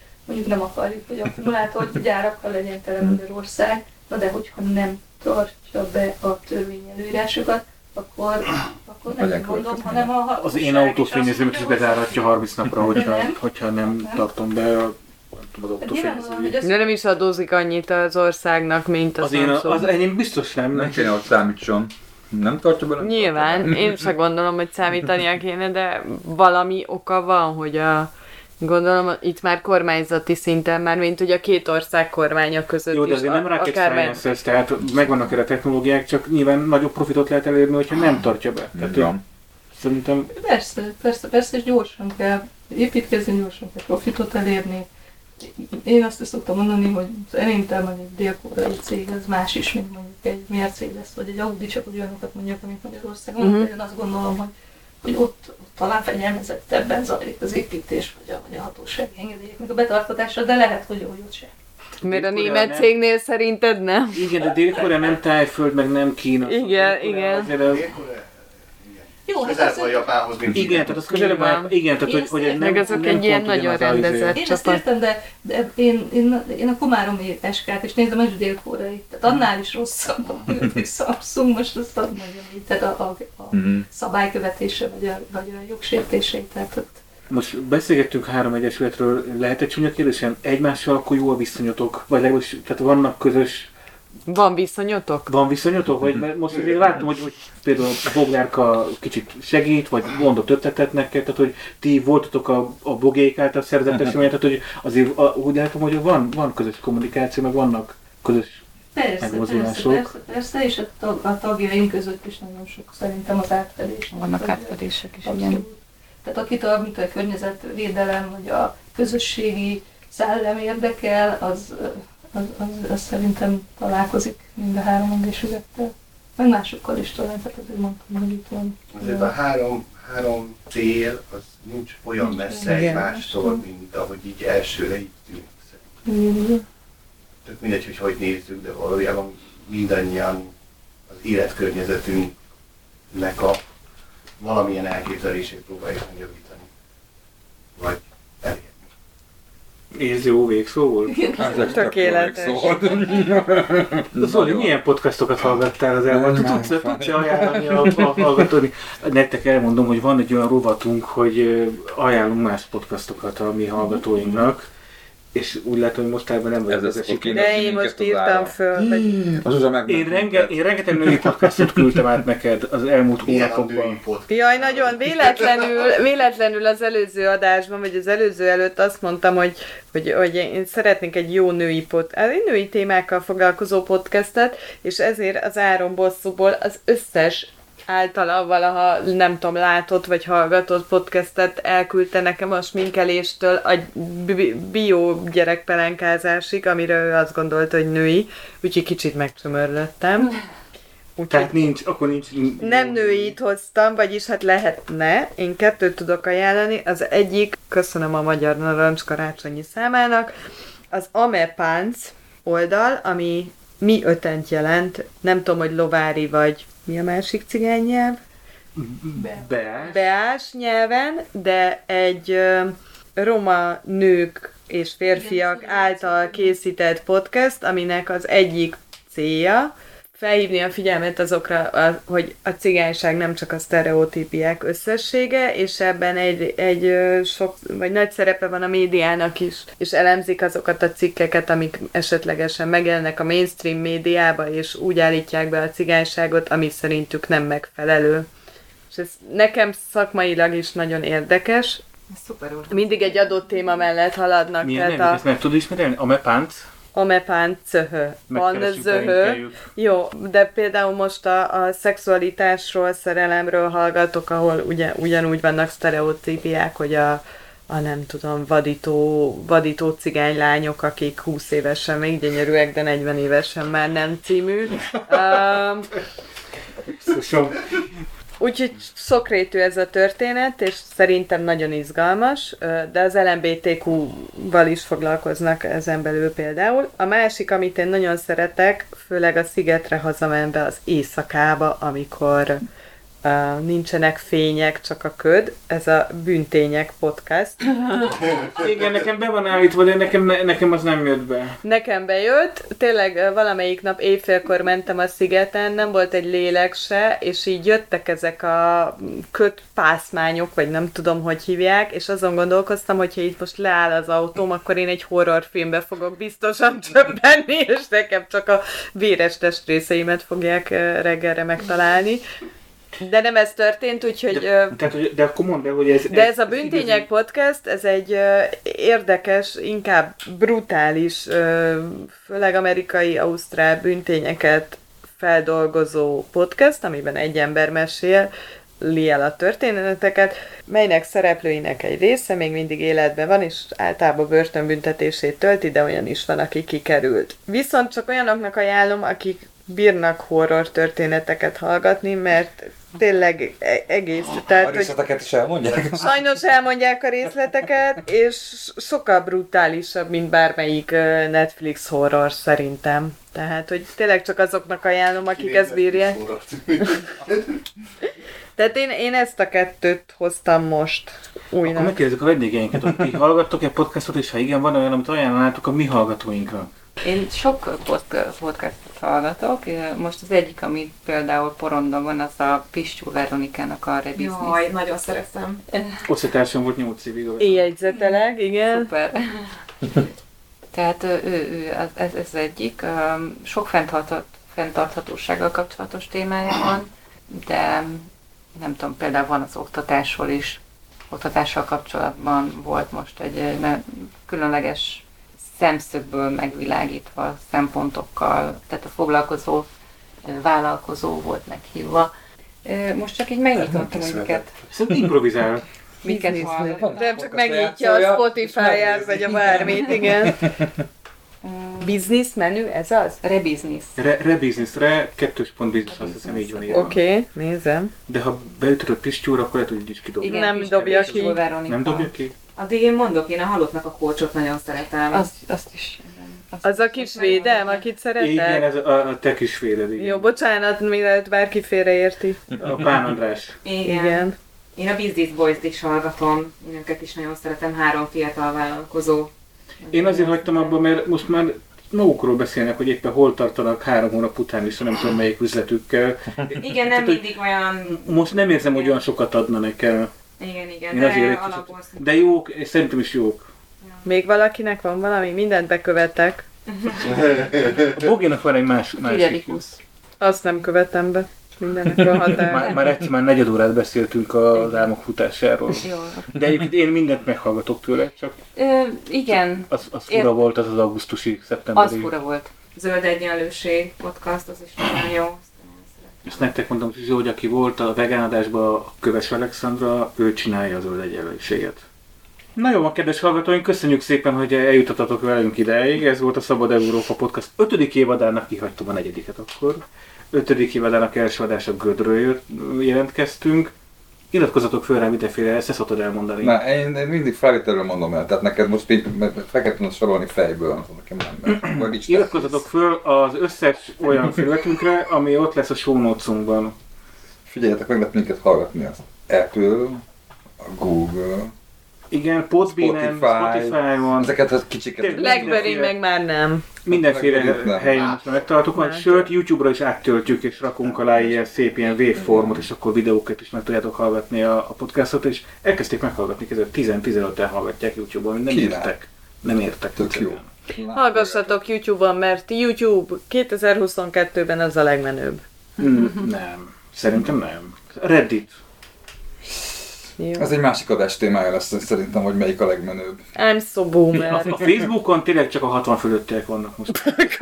hogy akkumulátorgyárakkal legyen tele Magyarország, na de hogyha nem tartja be a törvény előírásokat, akkor nem mondom, hanem az én autófényezőmet is bezáratja 30 napra, hogyha nem tartom be az autófényezőjét. De nem is adózik annyit az országnak, mint a Samsung. Az enyém biztos nem. Nem kéne, hogy számítson. Nem tartja be? Nyilván, én sem gondolom, hogy számítania kéne, de valami oka van, hogy gondolom, itt már kormányzati szinten már, mint ugye a két ország kormánya között jó, de azért nem rocket science ez, tehát megvannak erre technológiák, csak nyilván nagyobb profitot lehet elérni, hogyha nem tartja be. Tehát, szerintem... Persze, és gyorsan kell építkezni, gyorsan kell profitot elérni. Én azt is szoktam mondani, hogy szerintem egy dél-koreai cég az más is, mint mondjuk egy Mercedes vagy egy Audi, csak hogy olyanokat mondjak, amit Magyarországon. Én azt gondolom, hogy ott talán fegyelmezettebben zajlik az építés, vagy a hatósági engedélyeknek a betartatása, de lehet, hogy ott sem. Miért a német cégnél szerinted nem? Igen, de Dél-Korea nem Tájföld, meg nem Kína. Igen. Jó, közel van Japánhoz, mint igen, tehát az közelebb van. Igen, tehát hogy meg azok egy ilyen nagyon rendezett csapat. Én ezt értem, de én a Komáromi eskát is nézem, és Dél-Koreai. Tehát annál is rosszabb, mint a Samsung, most azt mondjam így, tehát a szabálykövetése, vagy a jogsértései. Tehát most beszélgettünk 3 egyesületről, lehet egy csúnya kérdésem, egymással akkor jó a viszonyotok? Vagy legalábbis, tehát vannak közös... Van viszonyotok? Van viszonyotok? Vagy mert most azért láttam, hogy például a Boglárka kicsit segít, vagy mondott ötletet neked, tehát hogy ti voltatok a Bogék által szerzett esemény, tehát hogy azért úgy látom, hogy van közös kommunikáció, meg vannak közös megmozdulások. Persze, és a tagjaink között is nagyon sok szerintem az átfedés. Vannak átfedések is, igen. Tehát akit a környezetvédelem, vagy a közösségi szellem érdekel, az szerintem találkozik mind a 3 egyesülettel. Meg másokkal is talán, tehát azért mondtam, hogy itt van. Azért a három cél, az nincs olyan messze egymástól, mint ahogy így elsőre így tűnik Tök mindegy, hogy nézzük, de valójában mindannyian az életkörnyezetünknek a valamilyen elképzelését próbáljuk megjavítani. Vagy elérni. Ez jó végszó volt? Tökéletes. Zoli, milyen podcastokat hallgattál az elmúlt? Tudsz ajánlani a hallgatóni? Nektek elmondom, hogy van egy olyan rovatunk, hogy ajánlunk más podcastokat a mi hallgatóinknak. És úgy látom, hogy mostában nem vagyok az esély. De én most írtam föl, hogy... Én rengeteg női podcastot küldtem át neked az elmúlt hónapokban. Jaj, nagyon véletlenül az előző adásban, vagy az előző előtt azt mondtam, hogy én szeretnék egy jó női témákkal foglalkozó podcastet, és ezért az Áron bosszúból az összes általa valaha, nem tudom, látott vagy hallgatott podcastet elküldte nekem a sminkeléstől a bio gyerekpelenkázásig, amire ő azt gondolta, hogy női, úgyhogy kicsit megcsömörlöttem. Tehát akkor nincs... Nem nőit hoztam, vagyis hát lehetne. Én 2 tudok ajánlani. Az egyik, köszönöm a Magyar Narancs karácsonyi számának, az Amepánc oldal, ami mi ötent jelent, nem tudom, hogy lovári vagy mi a másik cigány nyelv? Beás nyelven, de egy roma nők és férfiak által készített podcast, aminek az egyik célja felhívni a figyelmet azokra, hogy a cigányság nem csak a sztereotípiák összessége, és ebben egy sok, vagy nagy szerepe van a médiának is, és elemzik azokat a cikkeket, amik esetlegesen megjelennek a mainstream médiába, és úgy állítják be a cigányságot, ami szerintük nem megfelelő. És ez nekem szakmailag is nagyon érdekes. Szuper úr. Mindig egy adott téma mellett haladnak. Milyen nem? Ezt meg tudod ismerelni? Amepánc? Amepáncöhö. Van zöhö. Jó, de például most a szexualitásról, szerelemről hallgatok, ahol ugyanúgy vannak sztereotípiák, hogy a nem tudom, vadító cigánylányok, akik 20 évesen még gyönyörűek, de 40 évesen már nem című. Úgyhogy sokrétű ez a történet, és szerintem nagyon izgalmas, de az LMBTQ-val is foglalkoznak ezen belül például. A másik, amit én nagyon szeretek, főleg a szigetre hazamenve az éjszakába, amikor nincsenek fények, csak a köd, ez a Bűntények podcast. Igen, nekem be van állítva, de nekem az nem jött be. Nekem bejött, tényleg valamelyik nap éjfélkor mentem a szigeten, nem volt egy lélek se, és így jöttek ezek a ködpászmányok, vagy nem tudom, hogy hívják, és azon gondolkoztam, hogyha itt most leáll az autóm, akkor én egy horrorfilmbe fogok biztosan csöppenni, és nekem csak a véres testrészeimet fogják reggelre megtalálni. De nem ez történt, úgyhogy... De akkor mondd el, hogy ez... De ez a Bűntények podcast, ez egy érdekes, inkább brutális, főleg amerikai, ausztrál bűntényeket feldolgozó podcast, amiben egy ember mesél el a történeteket, melynek szereplőinek egy része még mindig életben van, és általában börtönbüntetését tölti, de olyan is van, aki kikerült. Viszont csak olyanoknak ajánlom, akik bírnak horror történeteket hallgatni, mert tényleg egész. Tehát, a részleteket is elmondják? Sajnos elmondják a részleteket, és sokkal brutálisabb, mint bármelyik Netflix horror szerintem. Tehát, hogy tényleg csak azoknak ajánlom, akik ezt bírják. Tehát én ezt a 2 hoztam most újnak. Akkor megkérdezzük a vendégeinket, hogy ti hallgattok-e podcastot, és ha igen, van olyan, amit ajánlanátok a mi hallgatóinknak? Én sok podcastot hallgatok. Most az egyik, ami például porondon van, az a Pistyú Veronikának a Rebusiness. Jaj, nagyon szeretem. Osztálytársam volt 8 évig. Én jegyzeteleg, igen. Szuper. Tehát ez egyik. Sok fenntarthatósággal kapcsolatos témája van, de nem tudom, például van az oktatásról is. Oktatással kapcsolatban volt most egy különleges szemszögből megvilágítva, szempontokkal, tehát a foglalkozó vállalkozó volt meghívva. Most csak így megnyitottam, hogy Szerintem improvizál. miket hallgat. Nem csak megnyitja a Spotify-ját, vagy a bármit, igen. Business menü, ez az? Rebusiness. Rebusiness, business, azt hiszem így van írva. Oké, nézem. De ha beütöd a Pistyúra, akkor lehet, hogy így is kidobja. Igen, Nem dobja ki. Nem dobja ki? Addig én mondok, én a Halottnak a Kulcsot nagyon szeretem. Azt is. Az a kis védelm, akit szeretek? Igen, ez a te kis féled, igen. Jó, bocsánat, mielőtt bárki félreérti. A Pán András. Igen. Én a Business Boys-t is hallgatom, én őket is nagyon szeretem, 3 fiatal vállalkozó. Én azért hagytam abba, mert most már magukról beszélnek, hogy éppen hol tartanak 3 hónap után is, nem tudom melyik üzletükkel. Igen, nem mindig olyan... Most nem érzem, hogy olyan sokat adna nekem. Igen, Én de alapból... De jók, és szerintem is jók. Még valakinek van valami? Mindent bekövetek. A Boginak van egy másik. Friderikus. Azt nem követem be. Mindennek van határa. Már negyed órát beszéltünk az álmok futásáról. Jó. De egyébként én mindent meghallgatok tőle, csak Igen. az fura volt az augusztusi, szeptemberi. Az fura volt. Zöld Egyenlőség podcast, az is nagyon jó. Ezt nektek mondom, hogy aki volt a vegánadásban, a Köves Alexandra, ő csinálja a Zöld Egyenlőséget. Na jó, a kedves hallgatóink, köszönjük szépen, hogy eljutattatok velünk ideig. Ez volt a Szabad Európa Podcast 5. évadának, kihagytam a 4. akkor. 5. évadának első adása Gödről jelentkeztünk. Iratkozzatok föl rá mindenféle, ezt szokod elmondani. Na, én mindig felvételről mondom el, tehát neked most így fel kell tudnod sorolni fejből, nekem nem. Vagy Iratkozzatok föl az összes olyan felületünkre, ami ott lesz a show notes-unkban. Figyeljetek, meg lehet minket hallgatni az Apple, a Google, Igen, Podbean-en, Spotify-on. Ezeket az kicsiket. Blackberry meg már nem. Mindenféle helyen most megtaláltuk majd, sőt YouTube-ra is áttöltjük és rakunk alá ilyen szép ilyen waveformot, és akkor videókat is meg tudjátok hallgatni a podcastot, és elkezdték meghallgatni, 10-15-en hallgatják YouTube-on, nem értek. Nem értek. Tök jó. Hallgassatok YouTube-on, mert YouTube 2022-ben az a legmenőbb. Nem. Szerintem nem. Reddit. Jó. Ez egy másik adás témája lesz szerintem, hogy melyik a legmenőbb. I'm so boomer. A Facebookon tényleg csak a 60 fölöttiek vannak most.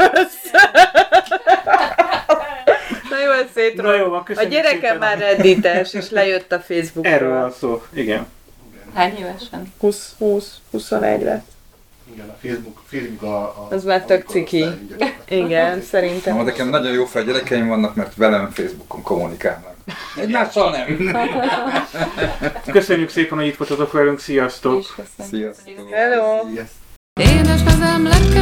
Na jó, ez szétről. Na jó, van, A köszönjük gyerekem szépen. már reddites, és lejött a Facebookról. Erről van szó, igen. Hány évesen? 21 lett. Igen, a Facebook a Az már tök ciki. amikor Igen, szerintem. Na, nekem nagyon jó fel gyerekeim vannak, mert velem Facebookon kommunikálnak. Egymással nem. Köszönjük szépen, hogy itt voltatok velünk, sziasztok! És köszönöm. Sziasztok. Hello! Yes. Édes kezem lett